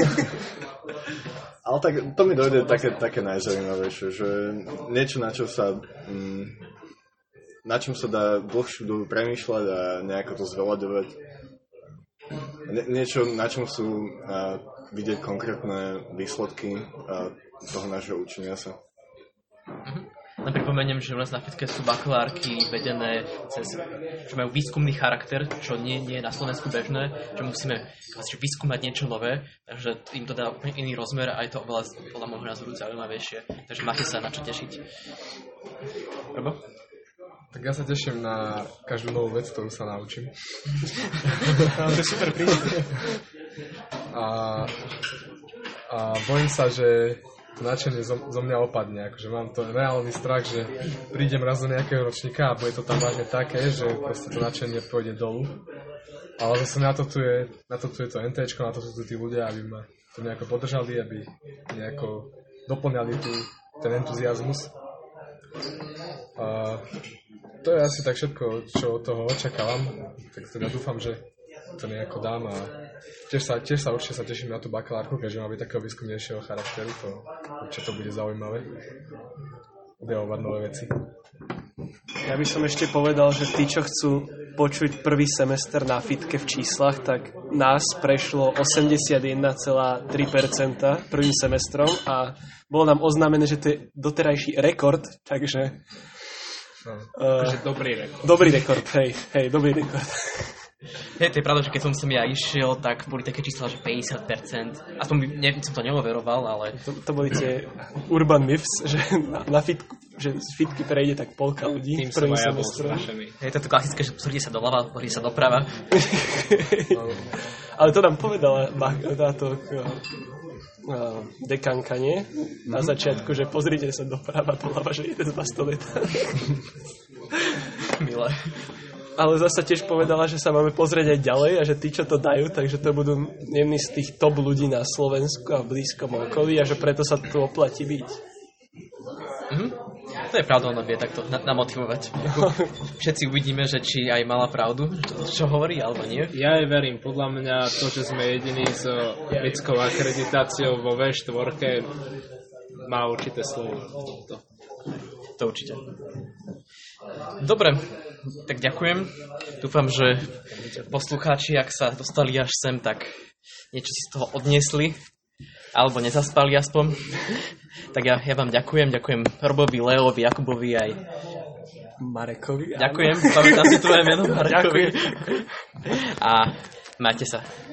Ale tak to mi dojde také, také najzaujímavejšie, že niečo, na čo sa... Mm, na čom sa dá dlhšiu dobu premýšľať a nejako to zveľaďovať. Nie, niečo, na čom sú a, vidieť konkrétne výsledky a, toho nášho učenia sa. Mhm. Len pripomeniem, že u nás na fitke sú bakalárky vedené cez, že majú výskumný charakter, čo nie, nie je na Slovensku bežné, že musíme vlastne vyskúmať niečo nové, takže im to dá úplne iný rozmer a je to oveľa, podľa môjho názoru zaujímavejšie. Takže máte sa na čo tešiť. Robo? Tak ja sa teším na každú novú vec, ktorú sa naučím. To je super prístup. A, a bojím sa, že to nadšenie zo, zo mňa opadne. Akože mám to reálny strach, že prídem raz do nejakého ročníka a bude to tam vážne také, že proste to nadšenie pôjde dolu. Ale zase na to tu je, na to tu je to NTčko, na to sú tu tí ľudia, aby ma to nejako podržali, aby nejako doplňali tu ten entuziasmus. A to je asi tak všetko, čo od toho očakávam. Tak teda dúfam, že to nejako dám a tiež sa, tiež sa určite sa teším na tú bakalárku, keďže má byť takého výskumnejšieho charakteru, to určite to bude zaujímavé. Objavovať nové veci. Ja by som ešte povedal, že tí, čo chcú počuť prvý semester na fitke v číslach, tak nás prešlo osemdesiatjeden celá tri percenta prvým semestrom a bolo nám oznámené, že to je doterajší rekord, takže... No, uh, takže dobrý rekord. Dobrý rekord, hej, hej, dobrý rekord. Hej, to je pravda, že keď som sem ja išiel, tak boli také čísla, že päťdesiat percent. Aspoň ne, som to neoveroval, ale... To, to boli tie urban myths, že na, na fitku, že z fitky prejde tak polka ľudí. Tým som aj ja bol strašený. Hej, to je to klasické, že pozrite sa doľava, pozrite sa doprava. Ale to nám povedala táto uh, dekanka, nie? Na začiatku, že pozrite sa doprava, doľava, že jeden z vás to letá. Milé. Ale zasa tiež povedala, že sa máme pozrieť aj ďalej a že tí, čo to dajú, takže to budú jedni z tých top ľudí na Slovensku a v blízkom okolí a že preto sa tu oplatí byť. Mhm. To je pravda, ona vie takto na- namotivovať. Všetci uvidíme, že či aj mala pravdu, čo, čo hovorí, alebo nie. Ja aj verím. Podľa mňa to, že sme jediní s vedeckou akreditáciou vo vé štyri, má určité slovo. To, to určite. Dobre, tak ďakujem. Dúfam, že poslucháči, ak sa dostali až sem, tak niečo si z toho odniesli. Alebo nezaspali aspoň. Tak ja, ja vám ďakujem. Ďakujem Robovi, Leovi, Jakubovi aj Marekovi. Ďakujem. Pamätám si tvoje meno, Marekovi. Ďakujem. A majte sa.